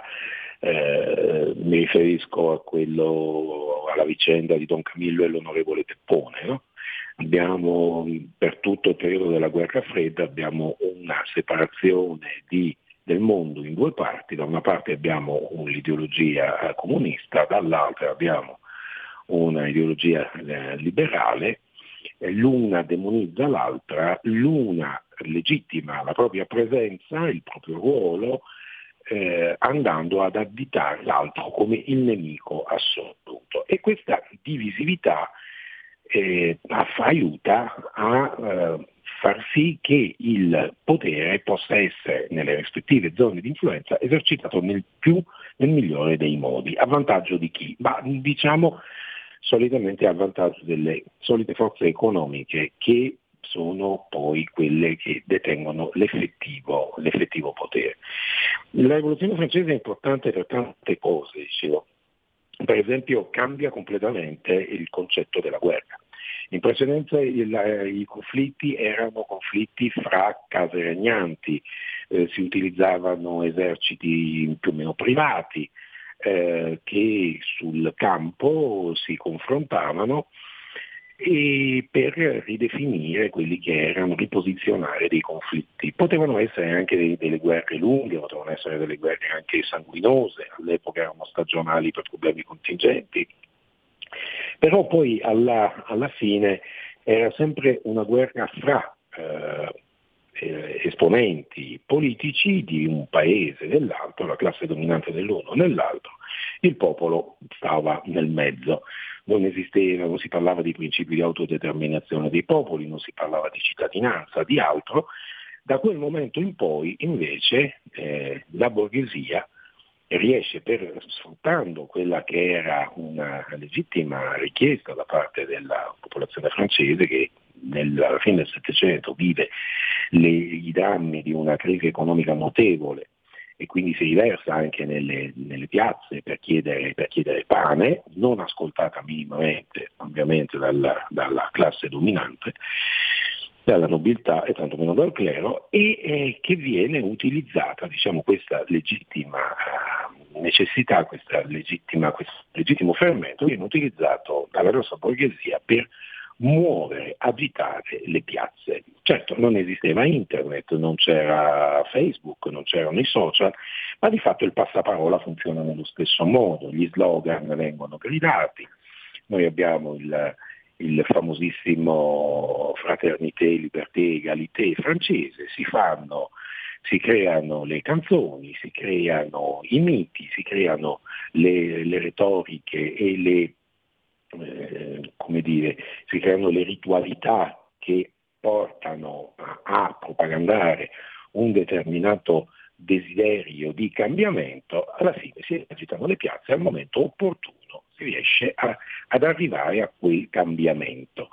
eh, mi riferisco a quello, alla vicenda di Don Camillo e l'onorevole Teppone, no? Abbiamo per tutto il periodo della guerra fredda abbiamo una separazione di, del mondo in due parti. Da una parte abbiamo l'ideologia comunista, dall'altra abbiamo una ideologia eh, liberale. L'una demonizza l'altra, l'una legittima la propria presenza, il proprio ruolo, eh, andando ad additare l'altro come il nemico assoluto. E questa divisività eh, aiuta a eh, far sì che il potere possa essere, nelle rispettive zone di influenza, esercitato nel più, nel migliore dei modi. A vantaggio di chi? Ma diciamo solitamente a vantaggio delle solite forze economiche, che sono poi quelle che detengono l'effettivo, l'effettivo potere. La rivoluzione francese è importante per tante cose, dicevo. Per esempio cambia completamente il concetto della guerra. In precedenza il, i conflitti erano conflitti fra case regnanti, eh, si utilizzavano eserciti più o meno privati, Eh, che sul campo si confrontavano e per ridefinire quelli che erano, riposizionare dei conflitti. Potevano essere anche dei, delle guerre lunghe, potevano essere delle guerre anche sanguinose, all'epoca erano stagionali per problemi contingenti, però poi alla, alla fine era sempre una guerra fra eh, esponenti politici di un paese nell'altro, la classe dominante dell'uno nell'altro, il popolo stava nel mezzo. Non esisteva, non si parlava di principi di autodeterminazione dei popoli, non si parlava di cittadinanza, di altro. Da quel momento in poi invece eh, la borghesia riesce, per, sfruttando quella che era una legittima richiesta da parte della popolazione francese, che nel, alla fine del Settecento vive le, i danni di una crisi economica notevole e quindi si riversa anche nelle, nelle piazze per chiedere, per chiedere pane, non ascoltata minimamente ovviamente dalla, dalla classe dominante, dalla nobiltà e tantomeno dal clero, e eh, che viene utilizzata, diciamo, questa legittima eh, necessità, questa legittima, questo legittimo fermento viene utilizzato dalla grossa borghesia per muovere, agitare le piazze. Certo, non esisteva internet, non c'era Facebook, non c'erano i social, ma di fatto il passaparola funziona nello stesso modo, gli slogan vengono gridati, noi abbiamo il, il famosissimo fraternité, liberté, égalité francese, si fanno, si creano le canzoni, si creano i miti, si creano le, le retoriche e le Eh, come dire, si creano le ritualità che portano a, a propagandare un determinato desiderio di cambiamento, alla fine si agitano le piazze, al momento opportuno si riesce a, ad arrivare a quel cambiamento,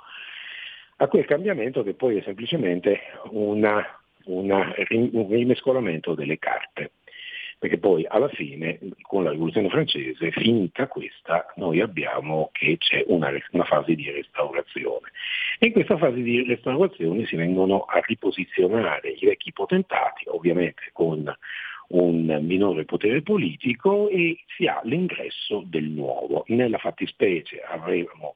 a quel cambiamento che poi è semplicemente una, una, un rimescolamento delle carte. Perché poi alla fine, con la rivoluzione francese, finita questa, noi abbiamo che c'è una, una fase di restaurazione. E in questa fase di restaurazione si vengono a riposizionare i vecchi potentati, ovviamente con un minore potere politico, e si ha l'ingresso del nuovo. Nella fattispecie avremo,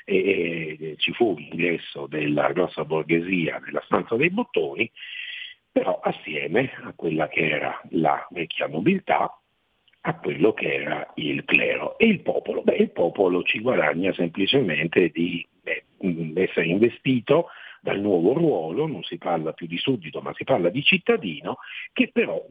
eh, ci fu l'ingresso della grossa borghesia nella stanza dei bottoni, però assieme a quella che era la vecchia nobiltà, a quello che era il clero. E il popolo? Beh, il popolo ci guadagna semplicemente di beh, essere investito dal nuovo ruolo, non si parla più di suddito ma si parla di cittadino, che però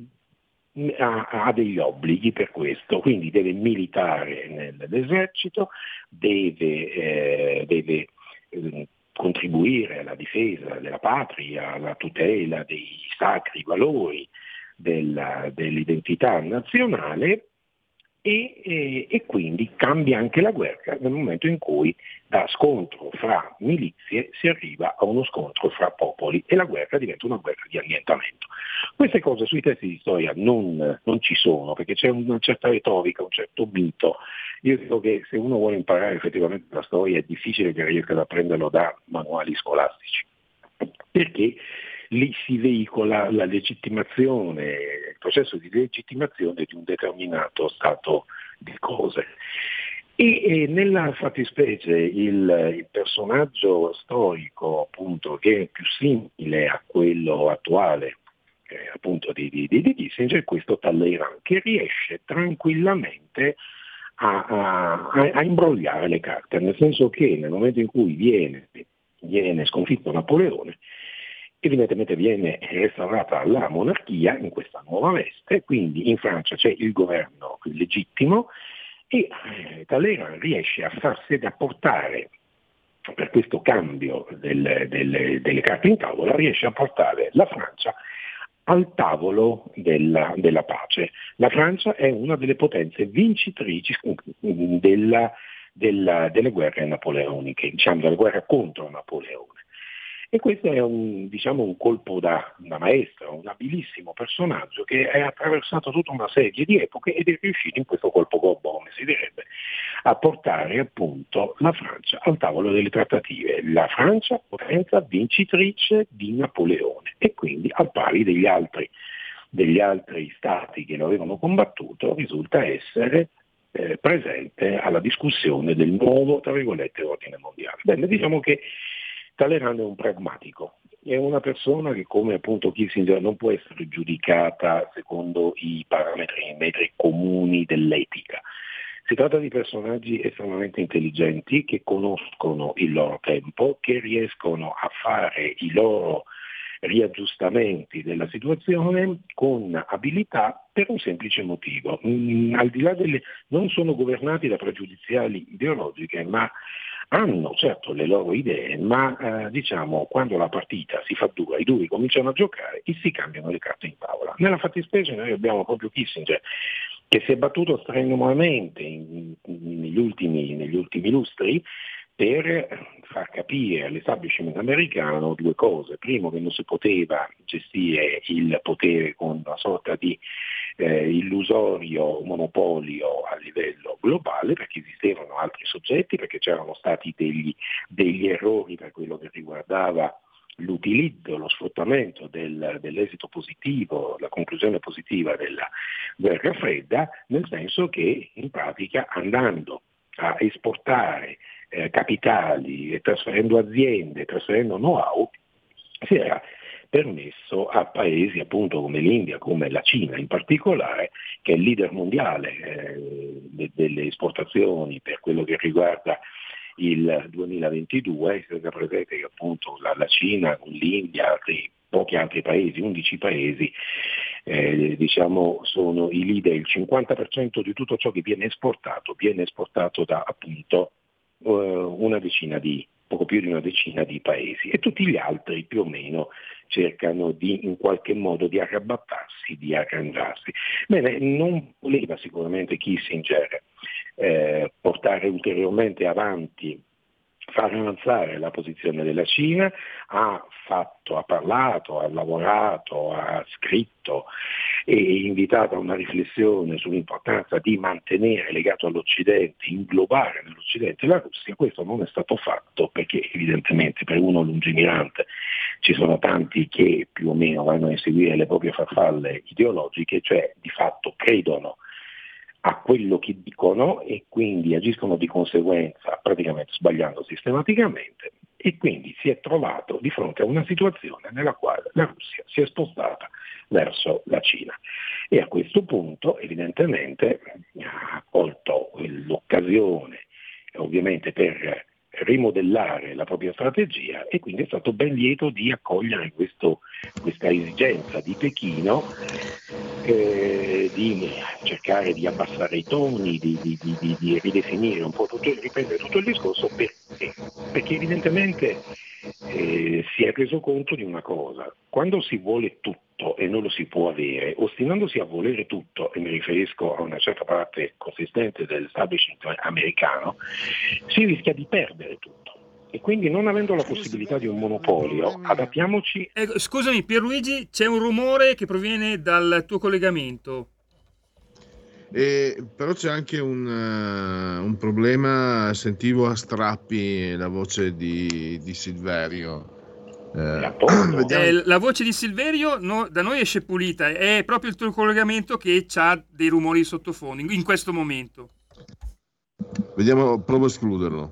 ha, ha degli obblighi per questo, quindi deve militare nell'esercito, deve, eh, deve eh, contribuire alla difesa della patria, alla tutela dei sacri valori della, dell'identità nazionale, e, e, e quindi cambia anche la guerra nel momento in cui da scontro fra milizie si arriva a uno scontro fra popoli e la guerra diventa una guerra di annientamento. Queste cose sui testi di storia non, non ci sono, perché c'è una certa retorica, un certo mito. Io dico che se uno vuole imparare effettivamente la storia è difficile che riesca ad apprenderlo da manuali scolastici, perché lì si veicola la legittimazione, il processo di legittimazione di un determinato stato di cose. E, e nella fattispecie il, il personaggio storico, appunto, che è più simile a quello attuale, eh, appunto di, di, di Kissinger, è questo Talleyrand, che riesce tranquillamente a, a, a imbrogliare le carte, nel senso che nel momento in cui viene, viene sconfitto Napoleone, evidentemente viene restaurata la monarchia in questa nuova veste, quindi in Francia c'è il governo legittimo e eh, Talleyrand riesce a farsi da portare, per questo cambio del, delle, delle carte in tavola, riesce a portare la Francia al tavolo della, della pace. La Francia è una delle potenze vincitrici della, della, delle guerre napoleoniche, diciamo della guerra contro Napoleone. E questo è un, diciamo, un colpo da, da maestro, un abilissimo personaggio che ha attraversato tutta una serie di epoche ed è riuscito in questo colpo gobbo, come si direbbe, a portare appunto la Francia al tavolo delle trattative. La Francia potenza vincitrice di Napoleone e quindi al pari degli altri, degli altri stati che lo avevano combattuto risulta essere eh, presente alla discussione del nuovo, tra virgolette, ordine mondiale. Bene, diciamo che Talleyrand è un pragmatico, è una persona che, come appunto Kissinger, non può essere giudicata secondo i parametri, i metri comuni dell'etica. Si tratta di personaggi estremamente intelligenti che conoscono il loro tempo, che riescono a fare i loro riaggiustamenti della situazione con abilità per un semplice motivo. Mm, al di là delle, non sono governati da pregiudiziali ideologiche, ma hanno certo le loro idee, ma eh, diciamo quando la partita si fa dura, i duri cominciano a giocare e si cambiano le carte in tavola. Nella fattispecie noi abbiamo proprio Kissinger che si è battuto strenuamente in, in, negli, ultimi, negli ultimi lustri per far capire all'establishment americano due cose. Primo, che non si poteva gestire il potere con una sorta di eh, illusorio monopolio a livello globale, perché esistevano altri soggetti, perché c'erano stati degli, degli errori per quello che riguardava l'utilizzo, lo sfruttamento del, dell'esito positivo, la conclusione positiva della guerra fredda, nel senso che in pratica andando a esportare eh, capitali e trasferendo aziende, trasferendo know-how, si era permesso a paesi appunto come l'India, come la Cina in particolare, che è il leader mondiale eh, de- delle esportazioni per quello che riguarda il duemilaventidue, si presente che appunto la, la Cina, l'India, altri, pochi altri paesi, undici paesi, eh, diciamo sono i leader, il cinquanta per cento di tutto ciò che viene esportato viene esportato da appunto uh, una decina di, poco più di una decina di paesi, e tutti gli altri più o meno cercano di in qualche modo di arrabattarsi, di arrangiarsi. Bene, non voleva sicuramente Kissinger eh, portare ulteriormente avanti, far avanzare la posizione della Cina, ha fatto, ha parlato, ha lavorato, ha scritto e invitato a una riflessione sull'importanza di mantenere legato all'Occidente, inglobare nell'Occidente la Russia. Questo non è stato fatto perché evidentemente per uno lungimirante ci sono tanti che più o meno vanno a inseguire le proprie farfalle ideologiche, cioè di fatto credono a quello che dicono e quindi agiscono di conseguenza, praticamente sbagliando sistematicamente, e quindi si è trovato di fronte a una situazione nella quale la Russia si è spostata verso la Cina e a questo punto evidentemente ha colto l'occasione ovviamente per rimodellare la propria strategia, e quindi è stato ben lieto di accogliere questo, questa esigenza di Pechino eh, di cercare di abbassare i toni, di, di, di, di ridefinire un po' tutto, riprendere tutto il discorso, perché, perché evidentemente eh, si è reso conto di una cosa: quando si vuole tutto e non lo si può avere, ostinandosi a volere tutto, e mi riferisco a una certa parte consistente dell'establishment americano, si rischia di perdere tutto. E quindi, non avendo la possibilità di un monopolio, adattiamoci. Eh, scusami Pierluigi, c'è un rumore che proviene dal tuo collegamento. E, però c'è anche un, uh, un problema, sentivo a strappi la voce di, di Silverio. Eh, eh, la voce di Silverio no, da noi esce pulita, è proprio il tuo collegamento che ha dei rumori di sottofondo in, in questo momento. Vediamo, provo a escluderlo.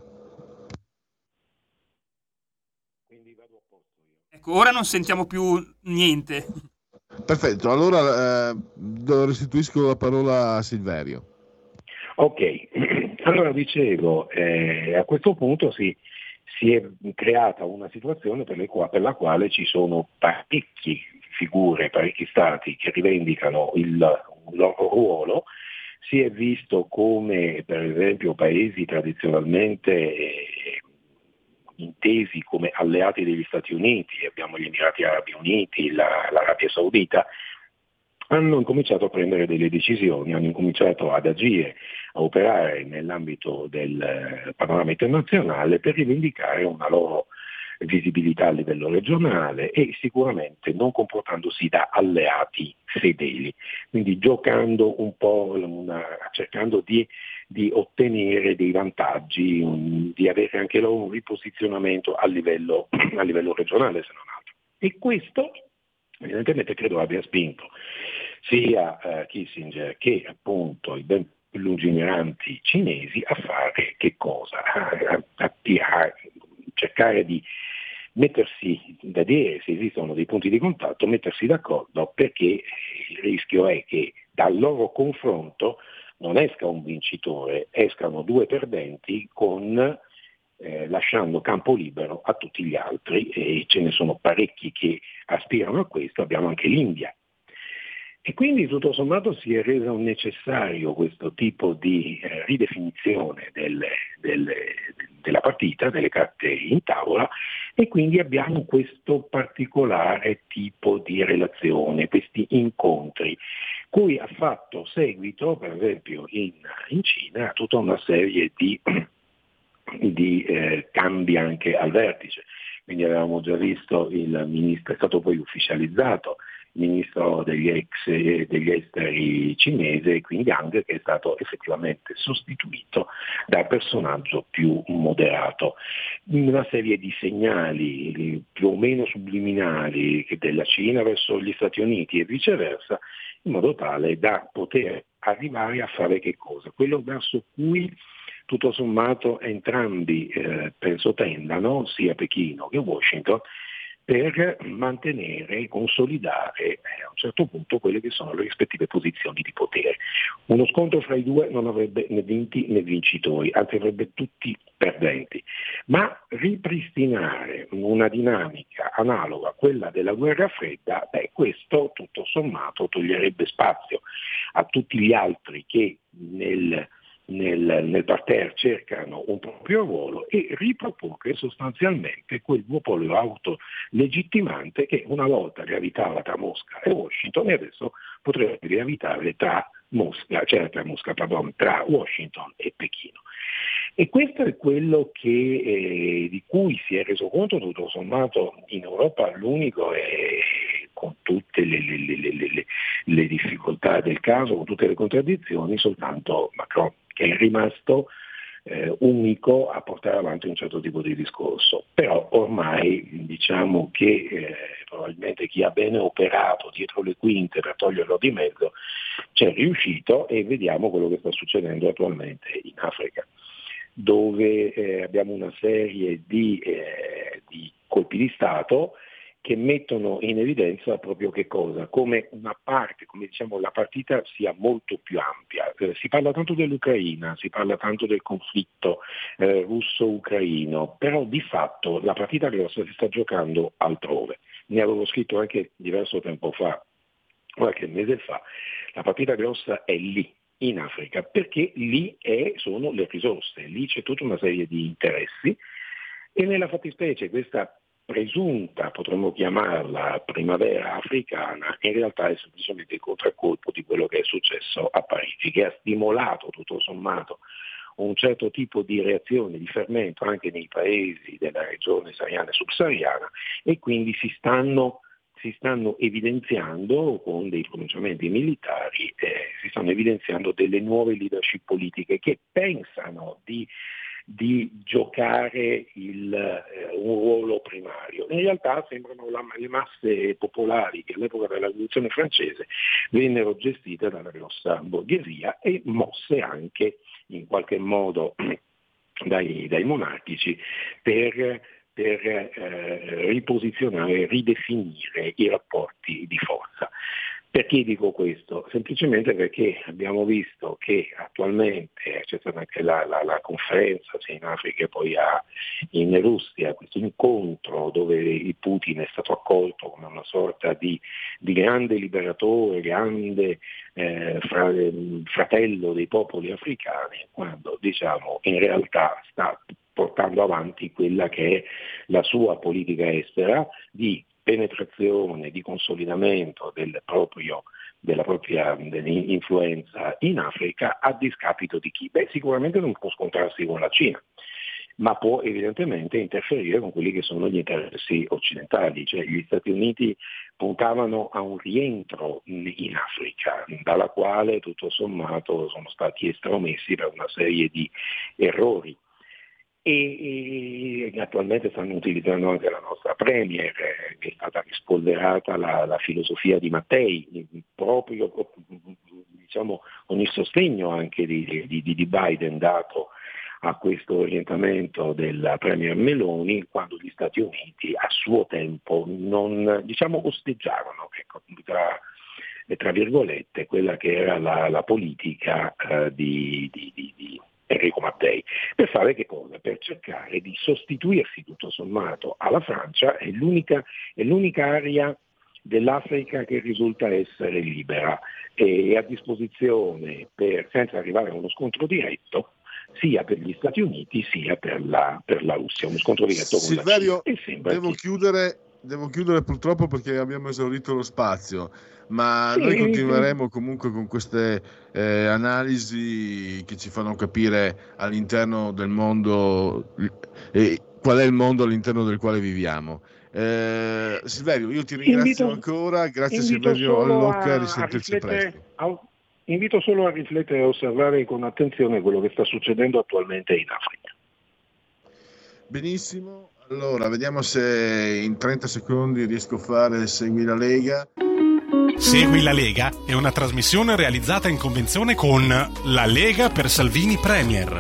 Ecco, ora non sentiamo più niente. Perfetto, allora eh, restituisco la parola a Silverio. Ok, allora dicevo, eh, a questo punto si, si è creata una situazione per, le qua, per la quale ci sono parecchie figure, parecchi stati che rivendicano il, il loro ruolo. Si è visto come per esempio paesi tradizionalmente eh, intesi come alleati degli Stati Uniti, abbiamo gli Emirati Arabi Uniti, la, l'Arabia Saudita, hanno incominciato a prendere delle decisioni, hanno incominciato ad agire, a operare nell'ambito del panorama internazionale per rivendicare una loro visibilità a livello regionale e sicuramente non comportandosi da alleati fedeli, quindi giocando un po', una, cercando di, di ottenere dei vantaggi, un, di avere anche loro un riposizionamento a livello, a livello regionale, se non altro. E questo evidentemente credo abbia spinto sia uh, Kissinger che appunto i ben più lungimiranti cinesi a fare che cosa? A, a, a cercare di mettersi, da dire se esistono dei punti di contatto, mettersi d'accordo, perché il rischio è che dal loro confronto non esca un vincitore, escano due perdenti con Eh, lasciando campo libero a tutti gli altri, e ce ne sono parecchi che aspirano a questo. Abbiamo anche l'India, e quindi tutto sommato si è reso necessario questo tipo di eh, ridefinizione delle, delle, della partita, delle carte in tavola, e quindi abbiamo questo particolare tipo di relazione, questi incontri, cui ha fatto seguito per esempio in, in Cina tutta una serie di di eh, cambi anche al vertice. Quindi avevamo già visto il ministro, è stato poi ufficializzato ministro degli ex degli esteri cinese, Qin Gang, che è stato effettivamente sostituito dal personaggio più moderato. Una serie di segnali più o meno subliminali della Cina verso gli Stati Uniti e viceversa, in modo tale da poter arrivare a fare che cosa? Quello verso cui tutto sommato entrambi eh, penso tendano, sia Pechino che Washington, per mantenere e consolidare eh, a un certo punto quelle che sono le rispettive posizioni di potere. Uno scontro fra i due non avrebbe né vinti né vincitori, anzi avrebbe tutti perdenti, ma ripristinare una dinamica analoga a quella della guerra fredda, beh, questo tutto sommato toglierebbe spazio a tutti gli altri che nel Nel, nel parterre cercano un proprio ruolo e riproporre sostanzialmente quel duopolio autolegittimante che una volta gravitava tra Mosca e Washington e adesso potrebbe gravitare tra Mosca, cioè tra Mosca, pardon, tra Washington e Pechino. E questo è quello che, eh, di cui si è reso conto tutto sommato in Europa, l'unico è, con tutte le, le, le, le, le difficoltà del caso, con tutte le contraddizioni, soltanto Macron, che è rimasto eh, unico a portare avanti un certo tipo di discorso. Però ormai diciamo che eh, probabilmente chi ha bene operato dietro le quinte per toglierlo di mezzo c'è riuscito, e vediamo quello che sta succedendo attualmente in Africa, dove eh, abbiamo una serie di, eh, di colpi di Stato che mettono in evidenza proprio che cosa? Come una parte, come diciamo, la partita sia molto più ampia. Eh, si parla tanto dell'Ucraina, si parla tanto del conflitto eh, russo-ucraino, però di fatto la partita grossa si sta giocando altrove. Ne avevo scritto anche diverso tempo fa, qualche mese fa, la partita grossa è lì, in Africa, perché lì è, sono le risorse, lì c'è tutta una serie di interessi e nella fattispecie questa presunta, potremmo chiamarla primavera africana, in realtà è semplicemente il contraccolpo di quello che è successo a Parigi, che ha stimolato tutto sommato un certo tipo di reazione, di fermento anche nei paesi della regione sahariana e subsahariana, e quindi si stanno si stanno evidenziando con dei pronunciamenti militari, eh, si stanno evidenziando delle nuove leadership politiche che pensano di di giocare il, eh, un ruolo primario. In realtà sembrano la, le masse popolari che all'epoca della rivoluzione francese vennero gestite dalla grossa borghesia e mosse anche in qualche modo dai, dai monarchici per, per eh, riposizionare, ridefinire i rapporti di forza. Perché dico questo? Semplicemente perché abbiamo visto che attualmente c'è stata anche la, la, la conferenza sia in Africa e poi a, in Russia, questo incontro dove Putin è stato accolto come una sorta di, di grande liberatore, grande eh, fra, fratello dei popoli africani, quando diciamo in realtà sta portando avanti quella che è la sua politica estera di penetrazione, di consolidamento del proprio, della propria influenza in Africa a discapito di chi? Beh, sicuramente non può scontrarsi con la Cina, ma può evidentemente interferire con quelli che sono gli interessi occidentali, cioè gli Stati Uniti puntavano a un rientro in Africa, dalla quale tutto sommato sono stati estromessi per una serie di errori. E, e attualmente stanno utilizzando anche la nostra Premier, eh, che è stata rispolverata la, la filosofia di Mattei, proprio diciamo, con il sostegno anche di, di, di Biden dato a questo orientamento della Premier Meloni, quando gli Stati Uniti a suo tempo non, diciamo, osteggiarono, ecco, tra, tra virgolette, quella che era la, la politica eh, di, di, di, di Enrico Mattei, per fare che cosa? Per cercare di sostituirsi tutto sommato alla Francia, è l'unica, è l'unica area dell'Africa che risulta essere libera e a disposizione per, senza arrivare a uno scontro diretto, sia per gli Stati Uniti sia per la, per la Russia, uno scontro diretto con Silverio, la Cina. E sembra devo che... chiudere Devo chiudere purtroppo perché abbiamo esaurito lo spazio, ma Sì, noi continueremo comunque con queste eh, analisi che ci fanno capire all'interno del mondo eh, qual è il mondo all'interno del quale viviamo. Eh, Silverio, io ti ringrazio Invito- ancora, grazie invito Silverio solo Allocca, a- risentirci a riflettere- presto. a- invito solo a riflettere e osservare con attenzione quello che sta succedendo attualmente in Africa. Benissimo, allora vediamo se in trenta secondi riesco a fare Segui la Lega. Segui la Lega è una trasmissione realizzata in convenzione con La Lega per Salvini Premier.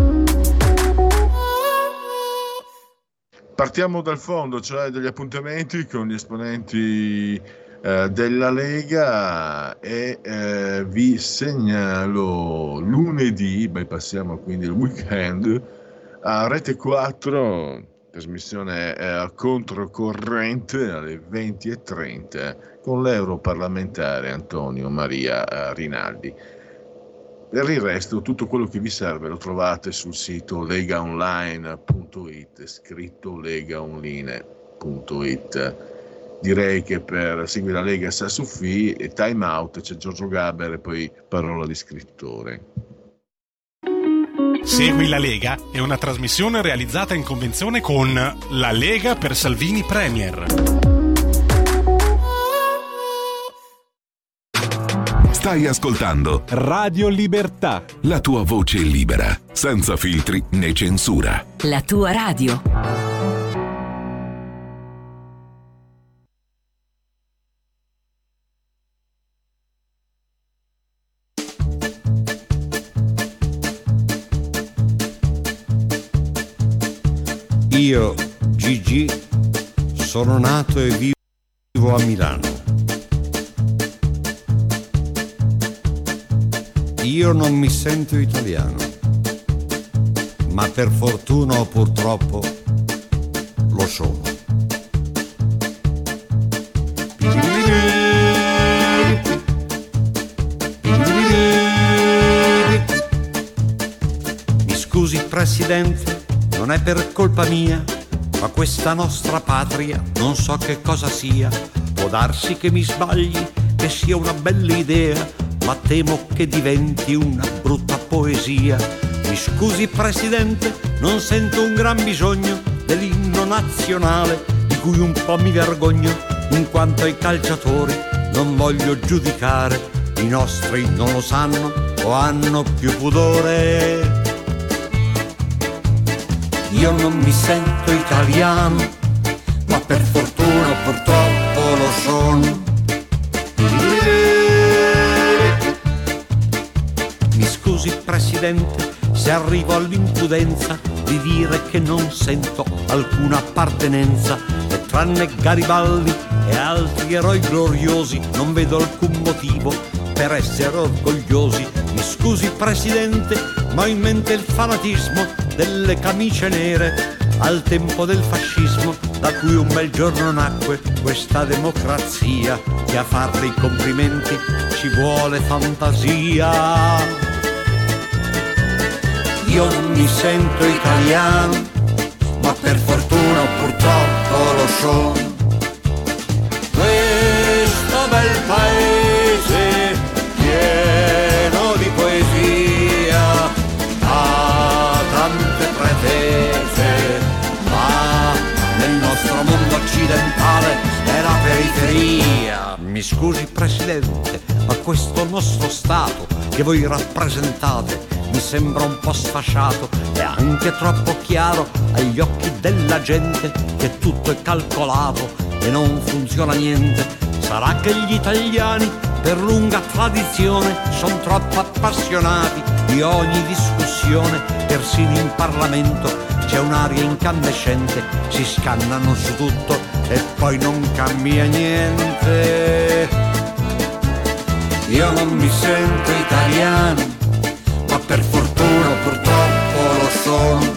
Partiamo dal fondo, cioè degli appuntamenti con gli esponenti eh, della Lega e eh, vi segnalo lunedì, bypassiamo quindi il weekend, a Rete quattro, trasmissione eh, controcorrente alle venti e trenta con l'europarlamentare Antonio Maria eh, Rinaldi. Per il resto, tutto quello che vi serve lo trovate sul sito legaonline punto it, scritto legaonline punto it. Direi che per Segui la Lega sta su Fi e Time Out c'è Giorgio Gaber e poi Parola di Scrittore. Segui la Lega è una trasmissione realizzata in convenzione con La Lega per Salvini Premier. Stai ascoltando Radio Libertà. la tua voce libera, senza filtri né censura. La tua radio. Io, Gigi, sono nato e vivo a Milano. Io non mi sento italiano, ma per fortuna o purtroppo lo sono. Mi scusi, Presidente, non è per colpa mia, ma questa nostra patria non so che cosa sia. Può darsi che mi sbagli, che sia una bella idea, ma temo che diventi una brutta poesia. Mi scusi, Presidente, non sento un gran bisogno dell'inno nazionale, di cui un po' mi vergogno, in quanto ai calciatori non voglio giudicare. I nostri non lo sanno o hanno più pudore. Io non mi sento italiano, ma per fortuna o purtroppo lo sono. Mi scusi, Presidente, se arrivo all'impudenza di dire che non sento alcuna appartenenza, e tranne Garibaldi e altri eroi gloriosi non vedo alcun motivo per essere orgogliosi. Mi scusi, Presidente, ma ho in mente il fanatismo delle camicie nere al tempo del fascismo, da cui un bel giorno nacque questa democrazia, che a farle i complimenti ci vuole fantasia. Io non mi sento italiano, ma per fortuna o purtroppo lo sono. Questo bel paese pieno di poesia ha tante pretese, ma nel nostro mondo occidentale è la periferia. Mi scusi, Presidente, ma questo nostro Stato che voi rappresentate mi sembra un po' sfasciato e anche troppo chiaro agli occhi della gente che tutto è calcolato e non funziona niente. Sarà che gli italiani per lunga tradizione sono troppo appassionati di ogni discussione, persino in Parlamento c'è un'aria incandescente, si scannano su tutto e poi non cambia niente. Io non mi sento italiano, ma per fortuna o purtroppo lo sono.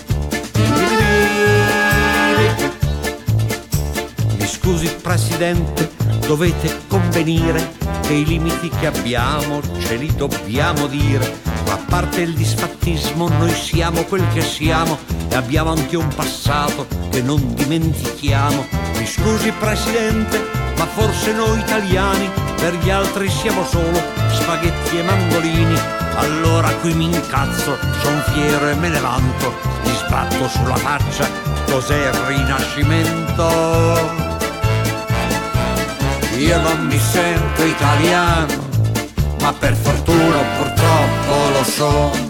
Mi scusi, Presidente, dovete convenire che i limiti che abbiamo ce li dobbiamo dire, ma a parte il disfattismo noi siamo quel che siamo e abbiamo anche un passato che non dimentichiamo. Mi scusi, Presidente, ma forse noi italiani per gli altri siamo solo spaghetti e mandolini. Allora qui mi incazzo, son fiero e me ne vanto, gli sbatto sulla faccia cos'è il rinascimento. Io non mi sento italiano, ma per fortuna o purtroppo lo sono.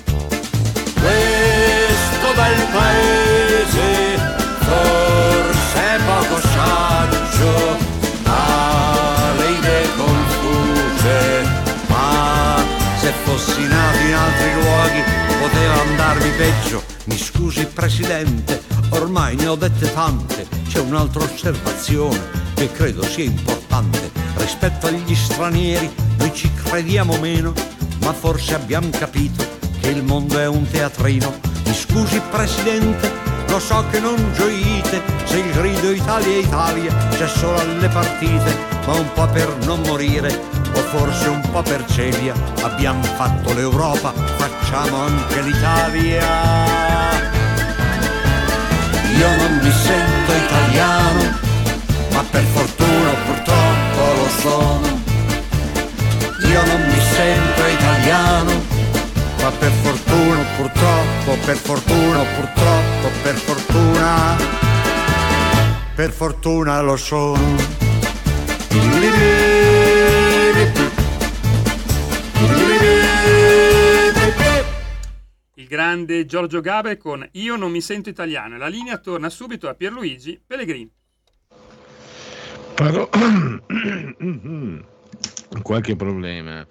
Questo bel paese forse è poco saggio, ha le idee confuse, ma se fossi nato in altri luoghi poteva andarmi peggio. Mi scusi Presidente, ormai ne ho dette tante. C'è un'altra osservazione che credo sia importante. Rispetto agli stranieri noi ci crediamo meno, ma forse abbiamo capito che il mondo è un teatrino. Mi scusi Presidente, lo so che non gioite se il grido Italia Italia c'è solo alle partite, ma un po' per non morire o forse un po' per celia. Abbiamo fatto l'Europa, facciamo anche l'Italia. Io non mi sento italiano, ma per fortuna purtroppo lo sono. Io non mi sento italiano, ma per fortuna purtroppo, per fortuna purtroppo, per fortuna, per fortuna lo sono. Il grande Giorgio Gaber con Io non mi sento italiano. La linea torna subito a Pierluigi Pellegrini. Però qualche problema.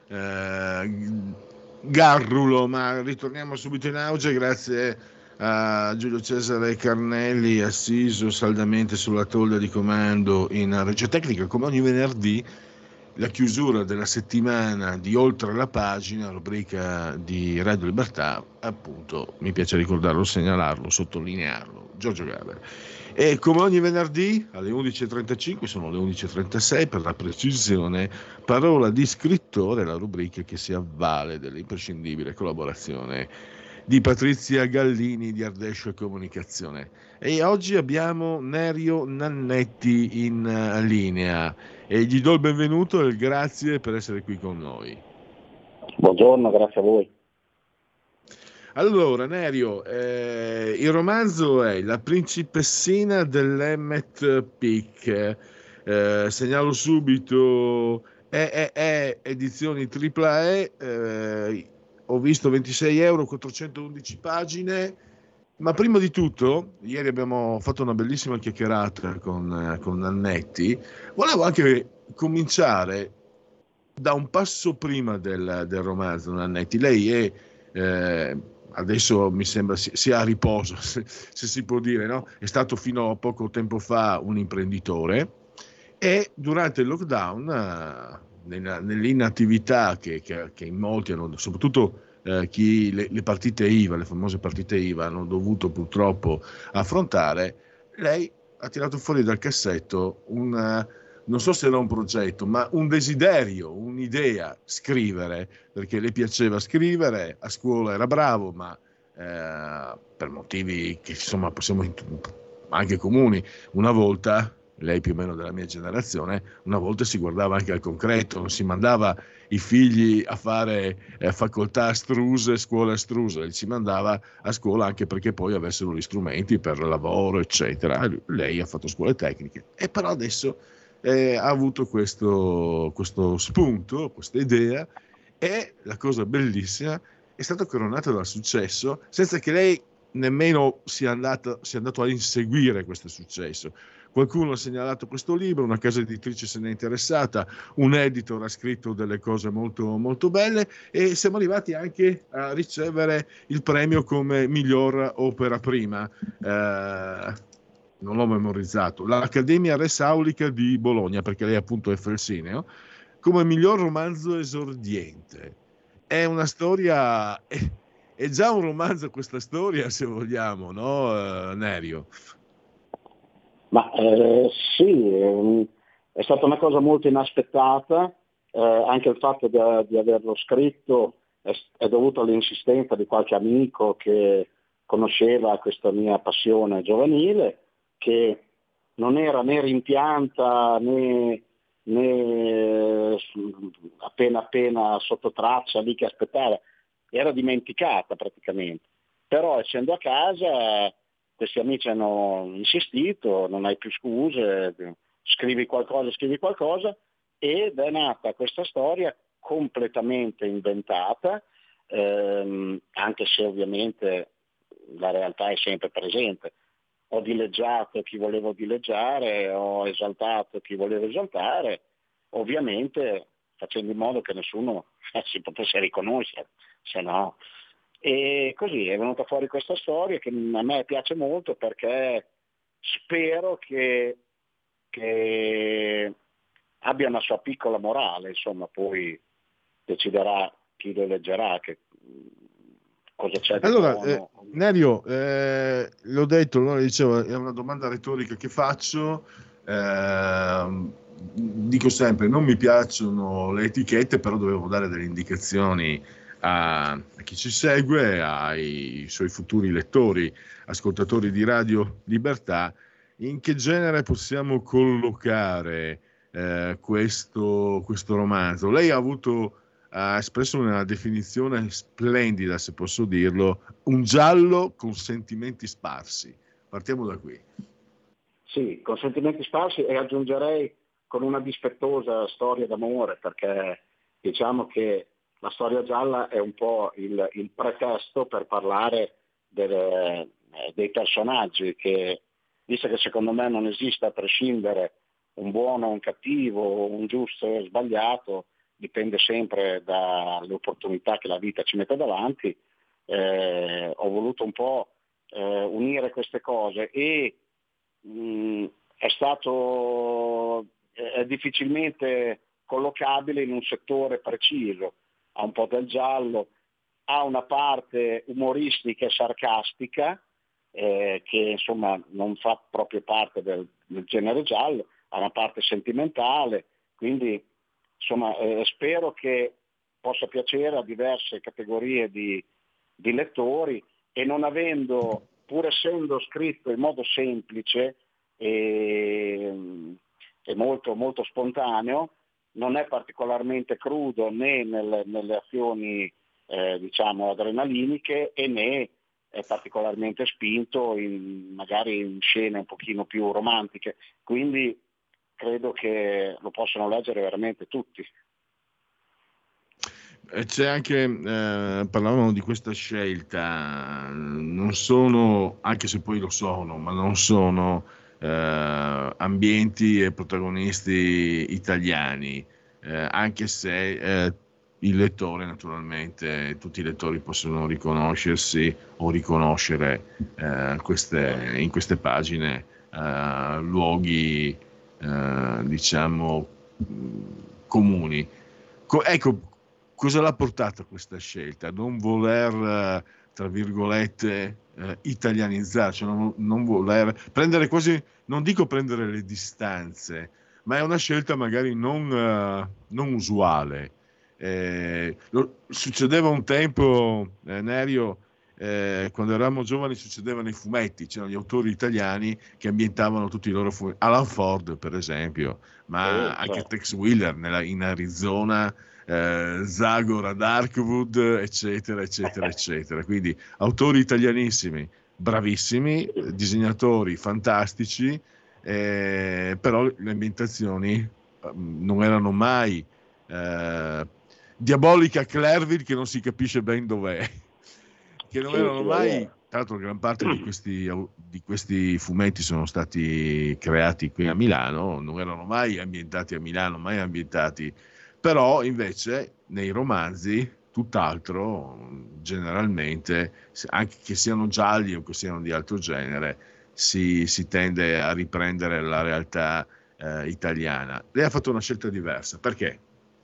Eh, Garrulo, ma ritorniamo subito in auge grazie a Giulio Cesare Carnelli, assiso saldamente sulla tolda di comando in regia tecnica. Come ogni venerdì, la chiusura della settimana di Oltre la Pagina, rubrica di Radio Libertà, appunto, mi piace ricordarlo, segnalarlo, sottolinearlo, Giorgio Gaber. E come ogni venerdì alle undici e trentacinque, sono le undici e trentasei per la precisione, Parola di scrittore, la rubrica che si avvale dell'imprescindibile collaborazione di Patrizia Gallini di Ardescio Comunicazione. E oggi abbiamo Nerio Nannetti in linea e gli do il benvenuto e il grazie per essere qui con noi. Buongiorno, grazie a voi. Allora, Nerio, eh, il romanzo è La principessina dell'Emmet Pic, eh, segnalo subito, è, è, è edizioni tripla E, eh, ho visto ventisei euro, quattrocentoundici pagine, ma prima di tutto, ieri abbiamo fatto una bellissima chiacchierata con, con Nannetti, volevo anche cominciare da un passo prima del, del romanzo, Nannetti. Lei è... Eh, adesso mi sembra sia a riposo, se, se si può dire, no? È stato fino a poco tempo fa un imprenditore e durante il lockdown, nella, nell'inattività che, che, che in molti hanno, soprattutto eh, chi le, le partite I V A, le famose partite I V A, hanno dovuto purtroppo affrontare, lei ha tirato fuori dal cassetto un... non so se era un progetto, ma un desiderio, un'idea, scrivere, perché le piaceva scrivere, a scuola era bravo, ma eh, per motivi che insomma possiamo anche comuni, una volta, lei più o meno della mia generazione, una volta si guardava anche al concreto, non si mandava i figli a fare eh, facoltà astruse, scuola astruse, li si mandava a scuola anche perché poi avessero gli strumenti per lavoro, eccetera. Lei ha fatto scuole tecniche, e però adesso Eh, ha avuto questo, questo spunto, questa idea, e la cosa bellissima è stato coronato dal successo senza che lei nemmeno sia andato, sia andato a inseguire questo successo. Qualcuno ha segnalato questo libro, una casa editrice se n'è interessata, un editor ha scritto delle cose molto, molto belle e siamo arrivati anche a ricevere il premio come miglior opera prima. Eh, non l'ho memorizzato, l'Accademia Re Saulica di Bologna, perché lei appunto è felsineo, come miglior romanzo esordiente. È una storia, è, è già un romanzo questa storia, se vogliamo, no, uh, Nerio? Ma eh, sì, è, è stata una cosa molto inaspettata, eh, anche il fatto di, di averlo scritto è, è dovuto all'insistenza di qualche amico che conosceva questa mia passione giovanile, che non era né rimpianta né, né appena appena sotto traccia lì che aspettava, era dimenticata praticamente. Però essendo a casa questi amici hanno insistito, non hai più scuse, scrivi qualcosa, scrivi qualcosa, ed è nata questa storia completamente inventata, ehm, anche se ovviamente la realtà è sempre presente. Ho dileggiato chi volevo dileggiare, ho esaltato chi volevo esaltare, ovviamente facendo in modo che nessuno si potesse riconoscere, se no. E così è venuta fuori questa storia che a me piace molto, perché spero che, che abbia una sua piccola morale, insomma, poi deciderà chi lo leggerà, che cosa c'è di Allora, buono. eh, Nerio, eh, l'ho detto, no? Dicevo, è una domanda retorica che faccio, eh, dico sempre, non mi piacciono le etichette, però dovevo dare delle indicazioni a, a chi ci segue, ai suoi futuri lettori, ascoltatori di Radio Libertà, in che genere possiamo collocare eh, questo, questo romanzo. Lei ha avuto ha espresso una definizione splendida, se posso dirlo, un giallo con sentimenti sparsi. Partiamo da qui. Sì, con sentimenti sparsi, e aggiungerei con una dispettosa storia d'amore, perché diciamo che la storia gialla è un po' il, il pretesto per parlare delle, dei personaggi, che, visto che secondo me non esiste a prescindere un buono o un cattivo, un giusto o sbagliato, dipende sempre dalle opportunità che la vita ci mette davanti, eh, ho voluto un po' eh, unire queste cose, e mh, è stato è difficilmente collocabile in un settore preciso. Ha un po' del giallo, ha una parte umoristica e sarcastica, eh, che insomma non fa proprio parte del, del genere giallo, ha una parte sentimentale, quindi insomma eh, spero che possa piacere a diverse categorie di, di lettori, e non avendo, pur essendo scritto in modo semplice e, e molto, molto spontaneo, non è particolarmente crudo né nel, nelle azioni eh, diciamo adrenaliniche, e né è particolarmente spinto in, magari in scene un pochino più romantiche, quindi credo che lo possano leggere veramente tutti. C'è anche, eh, parlavamo di questa scelta, non sono, anche se poi lo sono, ma non sono eh, ambienti e protagonisti italiani, eh, anche se eh, il lettore, naturalmente, tutti i lettori possono riconoscersi o riconoscere eh, queste, in queste pagine eh, luoghi, eh, diciamo, comuni. Co- ecco, cosa l'ha portata a questa scelta? Non voler, tra virgolette, eh, italianizzare, cioè non, non voler prendere quasi, non dico prendere le distanze, ma è una scelta magari non, eh, non usuale. Eh, lo, succedeva un tempo, eh, Nerio, eh, quando eravamo giovani succedevano i fumetti, c'erano gli autori italiani che ambientavano tutti i loro fumetti, Alan Ford per esempio, ma Eh, anche certo. Tex Willer nella, in Arizona, eh, Zagor a Darkwood, eccetera, eccetera, eccetera. Quindi autori italianissimi, bravissimi, eh, disegnatori fantastici, eh, però le ambientazioni eh, non erano mai eh, Diabolica Clerville, che non si capisce ben dov'è, che non Sì, erano sì, mai. è Tra l'altro, gran parte di questi, di questi fumetti sono stati creati qui a Milano, non erano mai ambientati a Milano, mai ambientati. Però invece nei romanzi tutt'altro, generalmente, anche che siano gialli o che siano di altro genere, si, si tende a riprendere la realtà eh, italiana. Lei ha fatto una scelta diversa, perché?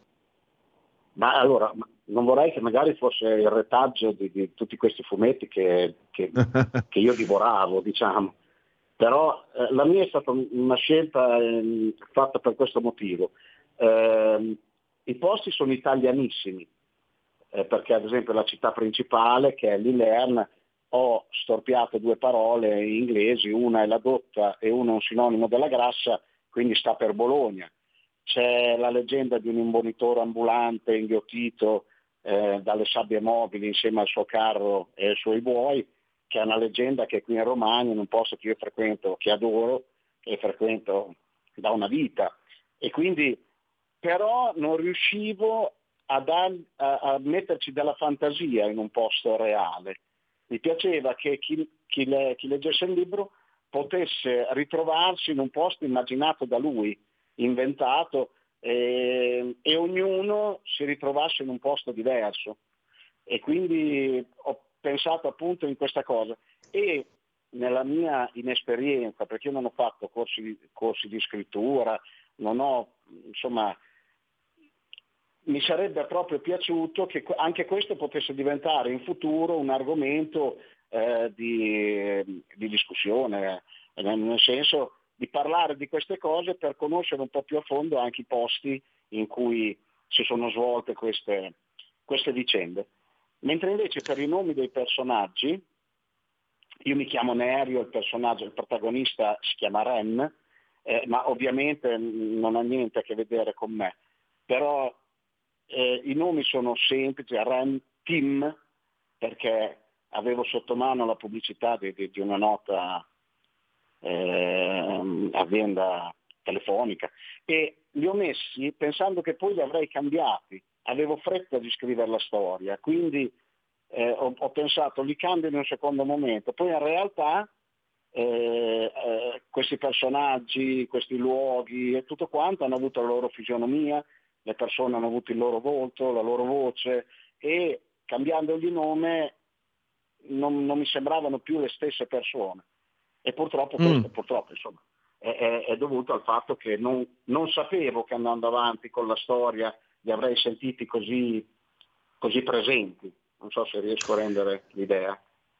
Ma allora, non vorrei che magari fosse il retaggio di, di tutti questi fumetti che, che, che io divoravo, diciamo. Però eh, la mia è stata una scelta eh, fatta per questo motivo. Eh, I posti sono italianissimi, eh, perché ad esempio la città principale, che è Lillern, ho storpiato due parole inglesi, una è la dotta e una è un sinonimo della grassa, quindi sta per Bologna. C'è la leggenda di un imbonitore ambulante inghiottito eh, dalle sabbie mobili insieme al suo carro e ai suoi buoi, che è una leggenda che qui in Romagna, in un posto che io frequento, che adoro, che frequento da una vita, e quindi però non riuscivo a, dar, a, a metterci della fantasia in un posto reale. Mi piaceva che chi, chi, le, chi leggesse il libro potesse ritrovarsi in un posto immaginato da lui, inventato, e, e ognuno si ritrovasse in un posto diverso. E quindi ho pensato appunto in questa cosa. E nella mia inesperienza, perché io non ho fatto corsi di, corsi di scrittura, non ho, insomma, mi sarebbe proprio piaciuto che anche questo potesse diventare in futuro un argomento eh, di, di discussione, eh, nel senso di parlare di queste cose per conoscere un po' più a fondo anche i posti in cui si sono svolte queste, queste vicende. Mentre invece per i nomi dei personaggi, io mi chiamo Nerio, il personaggio, il protagonista si chiama Ren, eh, ma ovviamente non ha niente a che vedere con me, però eh, i nomi sono semplici, Ren Tim, perché avevo sotto mano la pubblicità di, di, di una nota eh, azienda telefonica, e li ho messi pensando che poi li avrei cambiati, avevo fretta di scrivere la storia, quindi eh, ho, ho pensato li cambio in un secondo momento, poi in realtà eh, eh, questi personaggi, questi luoghi e tutto quanto hanno avuto la loro fisionomia, le persone hanno avuto il loro volto, la loro voce, e cambiandogli nome non, non mi sembravano più le stesse persone, e purtroppo Mm. questo purtroppo insomma è, è, è dovuto al fatto che non, non sapevo che andando avanti con la storia li avrei sentiti così, così presenti. Non so se riesco a rendere l'idea.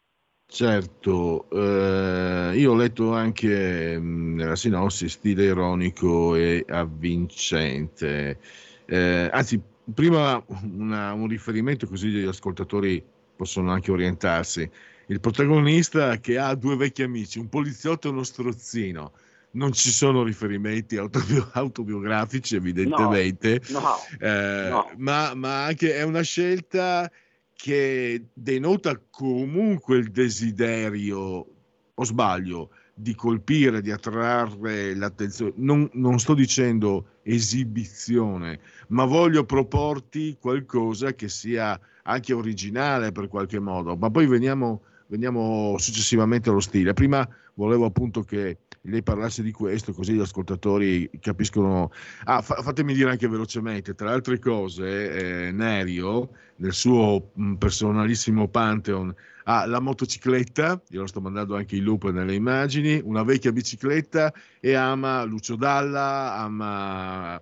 Certo, eh, io ho letto anche mh, nella sinossi stile ironico e avvincente. Eh, anzi, prima una- un riferimento così gli ascoltatori possono anche orientarsi. Il protagonista che ha due vecchi amici, un poliziotto e uno strozzino. Non ci sono riferimenti autobio- autobiografici, evidentemente, No, eh, no. ma, ma anche è una scelta che denota comunque il desiderio, o sbaglio, di colpire, di attrarre l'attenzione. Non, non sto dicendo esibizione, ma voglio proporti qualcosa che sia anche originale per qualche modo. Ma poi veniamo, veniamo successivamente allo stile. Prima volevo appunto che lei parlasse di questo, così gli ascoltatori capiscono. Ah, fa- fatemi dire anche velocemente, tra le altre cose, eh, Nerio, nel suo mh, personalissimo Pantheon, ha la motocicletta, io lo sto mandando anche in loop nelle immagini, una vecchia bicicletta, e ama Lucio Dalla, ama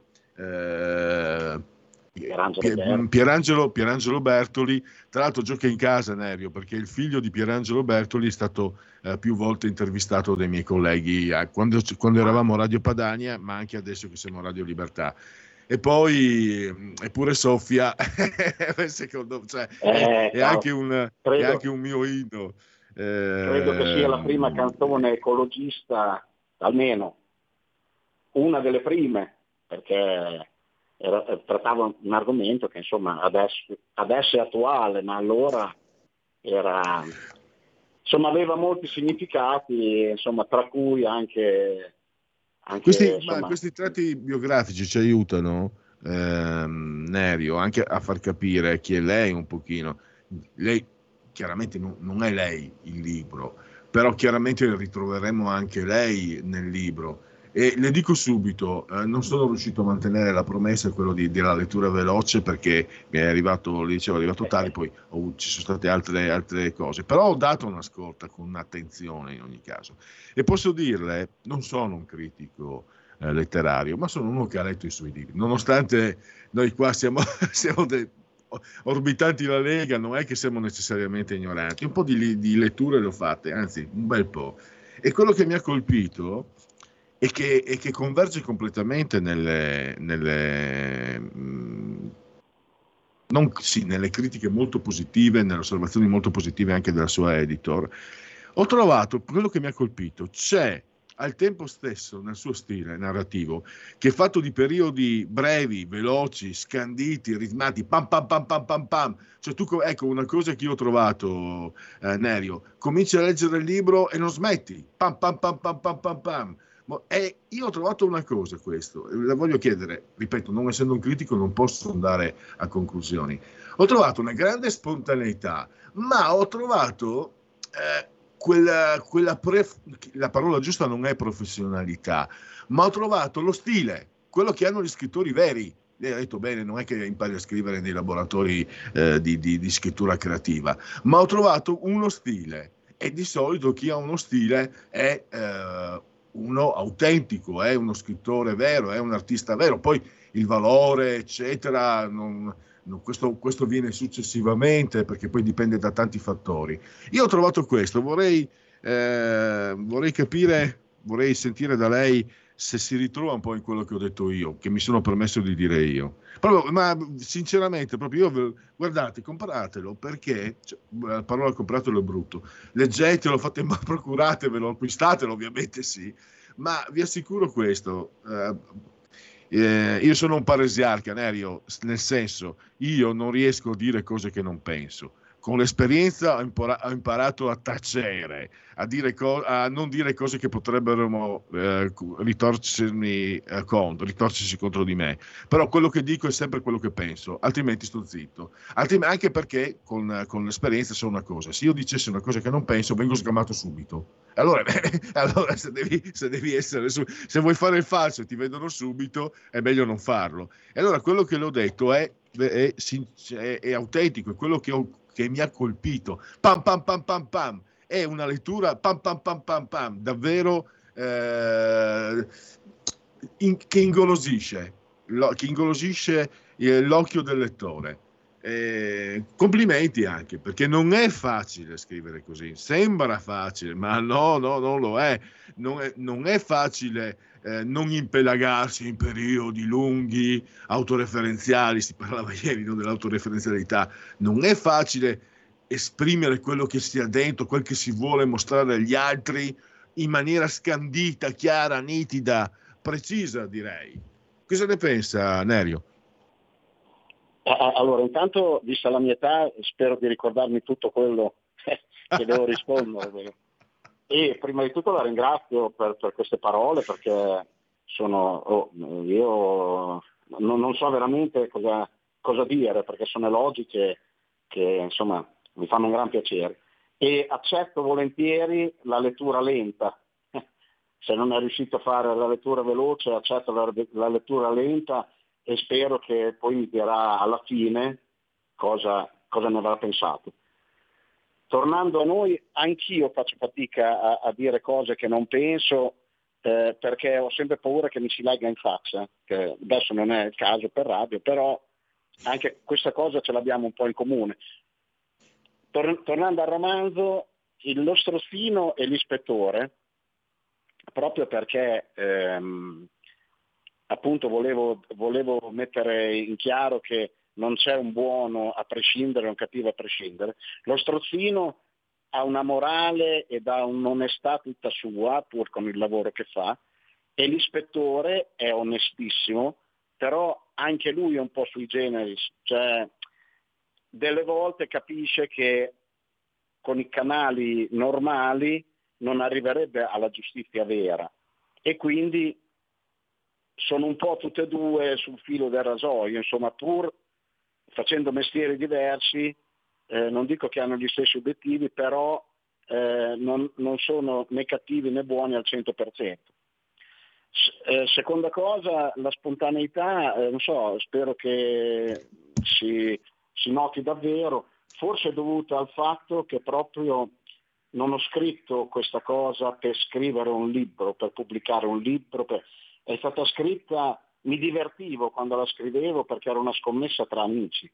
eh, Pierangelo Pie- Bertoli. Pierangelo, Pierangelo Bertoli. Tra l'altro gioca in casa Nerio, perché il figlio di Pierangelo Bertoli è stato eh, più volte intervistato dai miei colleghi eh, quando, quando eravamo a Radio Padania, ma anche adesso che siamo a Radio Libertà. E poi mh, eppure Sofia, secondo, cioè, è, Eh, è ciao. anche un, è Credo- anche un mio inno. Credo che sia la prima Ehm, canzone ecologista, almeno una delle prime, perché era- trattava un argomento che insomma adesso, adesso è attuale, ma allora era, insomma, aveva molti significati, insomma, tra cui anche, anche Questi, ma insomma, questi tratti biografici ci aiutano, ehm, Nerio, anche a far capire chi è lei un pochino. Lei chiaramente non, non è lei il libro, però chiaramente ritroveremo anche lei nel libro. E le dico subito, eh, non sono riuscito a mantenere la promessa, quello di della lettura veloce, perché mi è arrivato, le dicevo, è arrivato tardi, poi ho- ci sono state altre, altre cose, però ho dato una scorta con attenzione in ogni caso. E posso dirle, non sono un critico eh, letterario, ma sono uno che ha letto i suoi libri, nonostante noi qua siamo, siamo dei orbitanti la Lega, non è che siamo necessariamente ignoranti, un po' di, di letture le ho fatte, anzi un bel po'. E quello che mi ha colpito e che, e che converge completamente nelle, nelle, mh, non, sì, nelle critiche molto positive, nelle osservazioni molto positive anche della sua editor. Ho trovato quello che mi ha colpito: c'è al tempo stesso nel suo stile narrativo, che è fatto di periodi brevi, veloci, scanditi, ritmati, pam pam pam pam pam pam. Cioè tu, ecco, una cosa che io ho trovato, eh, Nerio, cominci a leggere il libro e non smetti, pam pam pam pam pam pam pam. E io ho trovato una cosa, questo, la voglio chiedere, ripeto, non essendo un critico non posso andare a conclusioni. Ho trovato una grande spontaneità, ma ho trovato eh, quella, quella pre, la parola giusta non è professionalità, ma ho trovato lo stile, quello che hanno gli scrittori veri. Lei ha detto bene, non è che impari a scrivere nei laboratori eh, di, di, di scrittura creativa, ma ho trovato uno stile, e di solito chi ha uno stile è eh, uno autentico, è uno scrittore vero, è un artista vero. Poi il valore, eccetera, non, non, questo, questo viene successivamente, perché poi dipende da tanti fattori. Io ho trovato questo, vorrei, eh, vorrei capire, vorrei sentire da lei se si ritrova un po' in quello che ho detto io, che mi sono permesso di dire io. Proprio, ma sinceramente, proprio io, guardate, compratelo, perché, cioè, la parola compratelo è brutto, leggetelo, fate, procuratevelo, acquistatelo, ovviamente sì, ma vi assicuro questo, eh, eh, io sono un paresiarca, Nerio, nel senso, io non riesco a dire cose che non penso. Con l'esperienza ho, impara- ho imparato a tacere, a, dire co- a non dire cose che potrebbero eh, ritorcermi eh, contro, ritorcersi contro di me. Però quello che dico è sempre quello che penso, altrimenti sto zitto. Altrim- anche perché con, con l'esperienza so una cosa: se io dicessi una cosa che non penso, vengo sgamato subito. Allora, allora se, devi, se devi essere su- se vuoi fare il falso e ti vedono subito, è meglio non farlo. E allora quello che l'ho detto è, è, è, è autentico, è quello che ho che mi ha colpito, pam pam pam pam pam, è una lettura pam pam pam pam pam, davvero eh, in, che ingolosisce, lo, che ingolosisce eh, l'occhio del lettore. Eh, complimenti anche, perché non è facile scrivere così, sembra facile, ma no, no, non lo è, non è, non è facile eh, non impelagarsi in periodi lunghi, autoreferenziali, si parlava ieri, no, dell'autoreferenzialità, non è facile esprimere quello che si ha dentro, quel che si vuole mostrare agli altri in maniera scandita, chiara, nitida, precisa, direi. Cosa ne pensa, Nerio? Allora, intanto, vista la mia età, spero di ricordarmi tutto quello che devo rispondere. E prima di tutto la ringrazio per, per queste parole, perché sono, oh, io non, non so veramente cosa, cosa dire, perché sono elogi che, che insomma mi fanno un gran piacere. E accetto volentieri la lettura lenta. Se non è riuscito a fare la lettura veloce, accetto la, la lettura lenta, e spero che poi mi dirà alla fine cosa, cosa ne avrà pensato. Tornando a noi, anch'io faccio fatica a, a dire cose che non penso, eh, perché ho sempre paura che mi si legga in faccia, che adesso non è il caso per radio, però anche questa cosa ce l'abbiamo un po' in comune. Tor- tornando al romanzo, lo strozzino e l'ispettore, proprio perché ehm, appunto volevo, volevo mettere in chiaro che non c'è un buono a prescindere, un cattivo a prescindere. Lo strozzino ha una morale ed ha un'onestà tutta sua, pur con il lavoro che fa, e l'ispettore è onestissimo, però anche lui è un po' sui generis, cioè delle volte capisce che con i canali normali non arriverebbe alla giustizia vera, e quindi sono un po' tutte e due sul filo del rasoio, insomma, pur facendo mestieri diversi, eh, non dico che hanno gli stessi obiettivi, però eh, non, non sono né cattivi né buoni al cento per cento. S- eh, seconda cosa, la spontaneità, eh, non so, spero che si, si noti davvero, forse è dovuta al fatto che proprio non ho scritto questa cosa per scrivere un libro, per pubblicare un libro, per... è stata scritta, mi divertivo quando la scrivevo perché era una scommessa tra amici,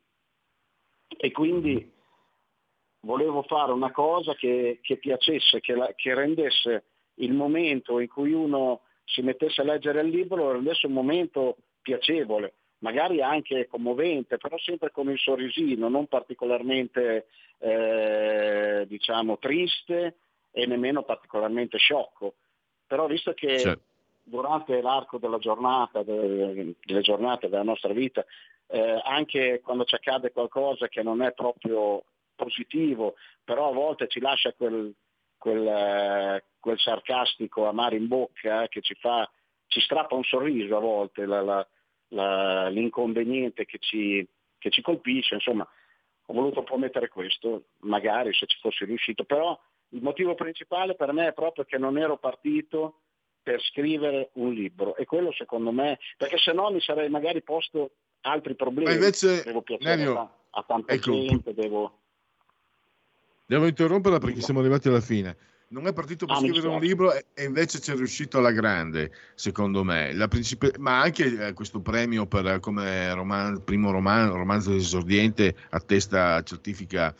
e quindi volevo fare una cosa che, che piacesse, che, la, che rendesse il momento in cui uno si mettesse a leggere il libro, lo rendesse un momento piacevole, magari anche commovente, però sempre con il sorrisino, non particolarmente eh, diciamo triste e nemmeno particolarmente sciocco. però visto che Certo. durante l'arco della giornata, delle, delle giornate della nostra vita, eh, anche quando ci accade qualcosa che non è proprio positivo, però a volte ci lascia quel, quel, eh, quel sarcastico amaro in bocca eh, che ci fa, ci strappa un sorriso a volte, la, la, la, l'inconveniente che ci, che ci colpisce, insomma, ho voluto promettere questo, magari se ci fossi riuscito, però il motivo principale per me è proprio che non ero partito per scrivere un libro, e quello secondo me, perché se no mi sarei magari posto altri problemi. Ma invece, devo piacere Nerio, a, a tanta ecco, gente, devo... Devo interromperla perché siamo arrivati alla fine. Non è partito per Ah, mi scrivere un dispiace. libro e, e invece ci è riuscito alla grande, secondo me. La principe- ma anche eh, questo premio per eh, come roman- primo roman- romanzo esordiente attesta, certifica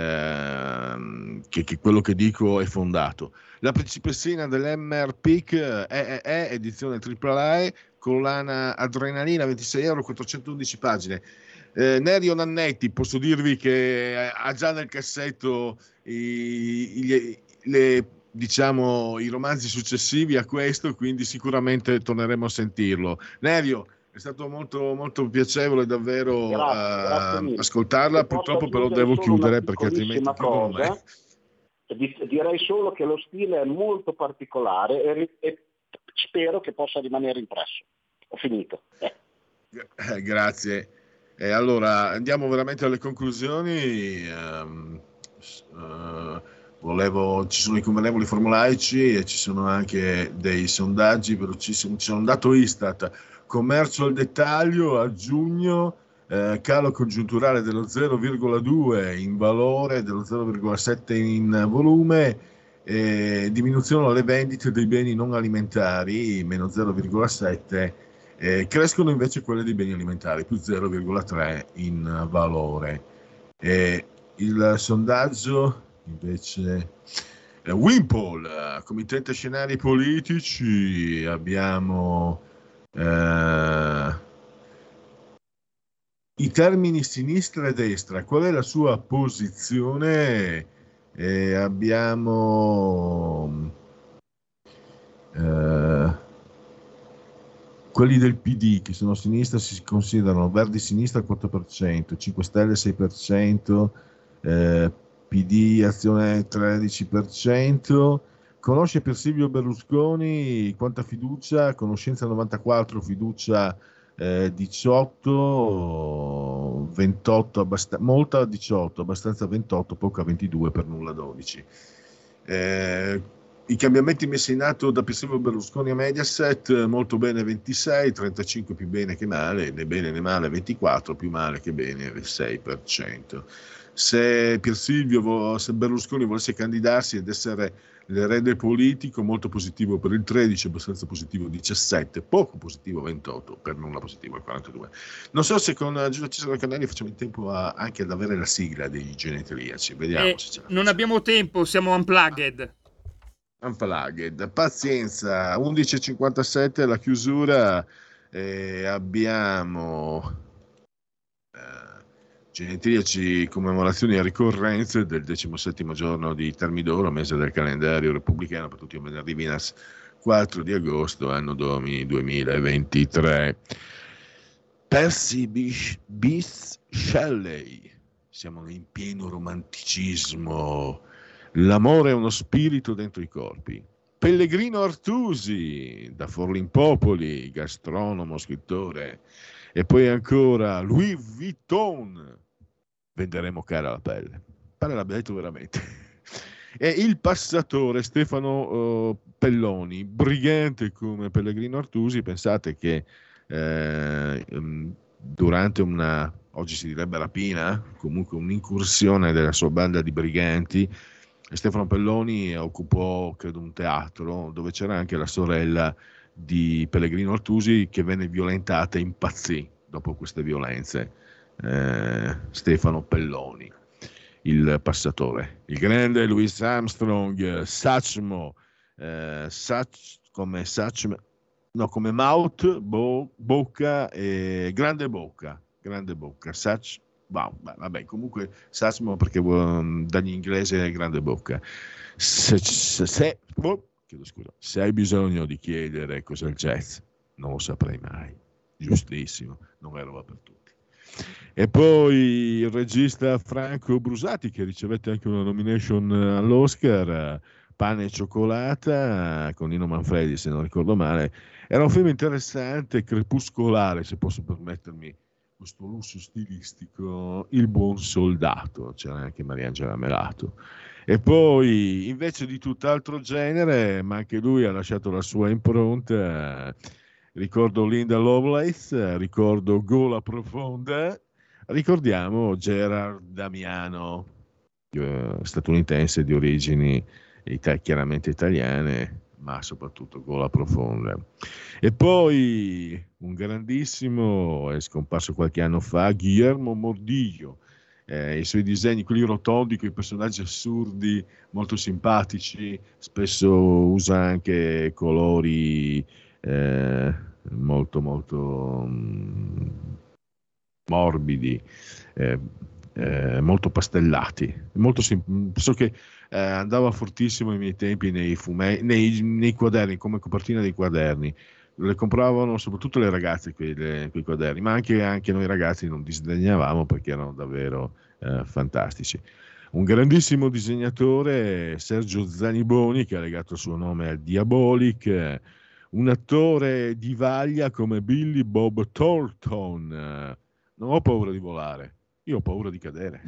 ehm, che, che quello che dico è fondato. La principessina dell'M R P I C è, è, è edizione tripla A, collana Adrenalina, ventisei euro, quattrocentoundici pagine. Eh, Nerio Nannetti, posso dirvi che ha già nel cassetto i, i, le, diciamo, i romanzi successivi a questo, quindi sicuramente torneremo a sentirlo. Nerio, è stato molto, molto piacevole davvero Grazie, uh, grazie mille. ascoltarla, Se posso purtroppo però aggiungere devo solo una chiudere perché altrimenti piccolissima chiudono me. cosa, di- direi solo che lo stile è molto particolare e, ri- e spero che possa rimanere impresso. Ho finito. Eh. Eh, grazie. E allora andiamo veramente alle conclusioni. Um, uh, volevo, ci sono i convenevoli formulaici e ci sono anche dei sondaggi velocissimi. C'è un dato Istat: commercio al dettaglio a giugno, eh, calo congiunturale dello zero virgola due in valore, dello zero virgola sette in volume, eh, diminuzione alle vendite dei beni non alimentari, meno zero virgola sette. Eh, crescono invece quelle dei beni alimentari, più zero virgola tre in valore. Eh, il sondaggio invece eh, Wimpole, eh, committente scenari politici, abbiamo eh, i termini sinistra e destra, qual è la sua posizione? Eh, abbiamo eh, quelli del P D che sono a sinistra si considerano Verdi Sinistra al quattro per cento, cinque Stelle sei per cento, eh, P D Azione tredici per cento. Conosce per Silvio Berlusconi quanta fiducia? Conoscenza novantaquattro, fiducia eh, diciotto, ventotto, abbast- molta diciotto, abbastanza ventotto, poca ventidue, per nulla dodici. Eh, I cambiamenti messi in atto da Silvio Berlusconi a Mediaset, molto bene ventisei, trentacinque più bene che male, né bene né male ventiquattro, più male che bene sei per cento. Se Pier Silvio, se Berlusconi volesse candidarsi ed essere l'erede politico, molto positivo per il tredici, abbastanza positivo diciassette, poco positivo ventotto, per nulla positivo il quarantadue. Non so se con Giulio Cesare Canelli facciamo in tempo a, anche ad avere la sigla dei genetriaci, vediamo Eh, se ce la non abbiamo tempo, siamo unplugged. Unplugged. Pazienza, undici e cinquantasette la chiusura, eh, abbiamo eh, genetriaci, commemorazioni e ricorrenze del diciassettimo giorno di Termidoro, mese del calendario repubblicano, per tutti i venerdì Vinas, quattro di agosto, anno domini duemilaventitré. Percy Bysshe Bysshe Shelley, siamo in pieno romanticismo. L'amore è uno spirito dentro i corpi. Pellegrino Artusi, da Forlimpopoli, gastronomo, scrittore. E poi ancora Louis Vuitton, venderemo cara la pelle. Pare l'abbia detto veramente. E il passatore Stefano uh, Pelloni, brigante come Pellegrino Artusi. Pensate che eh, durante una, oggi si direbbe rapina, comunque un'incursione della sua banda di briganti, Stefano Pelloni occupò, credo, un teatro dove c'era anche la sorella di Pellegrino Artusi, che venne violentata e impazzì dopo queste violenze. Eh, Stefano Pelloni, il passatore. Il grande Louis Armstrong, Satchmo, eh, Satch, come Satchmo, no, come mouth, bo, bocca, e grande bocca, grande bocca, Satch. Wow, vabbè, comunque Satchmo perché um, dagli inglesi è grande bocca. Se, se, se, oh, chiedo scusa, se hai bisogno di chiedere cos'è il jazz, non lo saprai mai. Giustissimo, non è roba per tutti. E poi il regista Franco Brusati, che ricevette anche una nomination all'Oscar, Pane e cioccolata, con Nino Manfredi, se non ricordo male. Era un film interessante, crepuscolare, se posso permettermi questo lusso stilistico. Il buon soldato, c'era anche Mariangela Melato. E poi, invece di tutt'altro genere, ma anche lui ha lasciato la sua impronta, ricordo Linda Lovelace, ricordo Gola Profonda, ricordiamo Gerard Damiano, eh, statunitense di origini ita- chiaramente italiane, ma soprattutto Gola Profonda. E poi un grandissimo, è scomparso qualche anno fa, Guillermo Mordiglio. Eh, i suoi disegni, quelli rotondi con i personaggi assurdi, molto simpatici, spesso usa anche colori eh, molto molto mh, morbidi, eh, eh, molto pastellati, molto sim- so che eh, andava fortissimo ai miei tempi nei fumetti, nei, nei quaderni, come copertina dei quaderni. Le compravano soprattutto le ragazze quei, le, quei quaderni, ma anche, anche noi ragazzi non disdegnavamo perché erano davvero eh, fantastici. Un grandissimo disegnatore, Sergio Zaniboni, che ha legato il suo nome al Diabolic, un attore di vaglia come Billy Bob Thornton. Non ho paura di volare, io ho paura di cadere.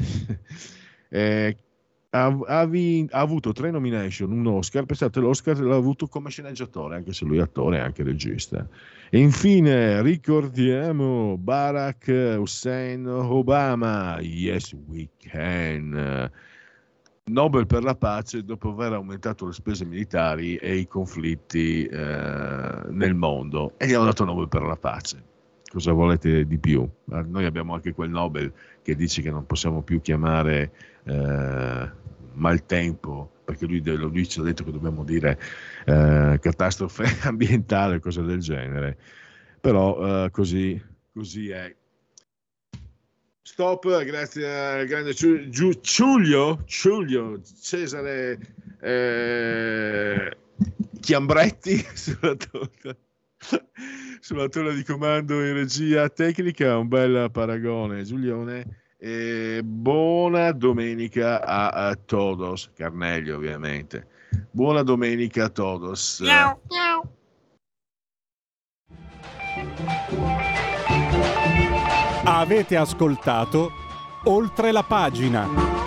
eh, Ha, ha, vin- ha avuto tre nomination, un Oscar, pensate l'Oscar l'ha avuto come sceneggiatore, anche se lui è attore e anche regista. E infine ricordiamo Barack Hussein Obama, yes we can, Nobel per la pace dopo aver aumentato le spese militari e i conflitti eh, nel mondo, e gli hanno dato Nobel per la pace. Cosa volete di più? Noi abbiamo anche quel Nobel che dice che non possiamo più chiamare eh, maltempo, perché lui, lui ci ha detto che dobbiamo dire eh, catastrofe ambientale, cose del genere. Però eh, così, così è. Stop, grazie al grande Giulio, Giulio Cesare eh, Chiambretti sulla torta. Sulla torre di comando in regia tecnica, un bel paragone Giulione, e buona domenica a, a todos, Carnelli ovviamente, buona domenica a todos. Miau, miau. Avete ascoltato Oltre la pagina.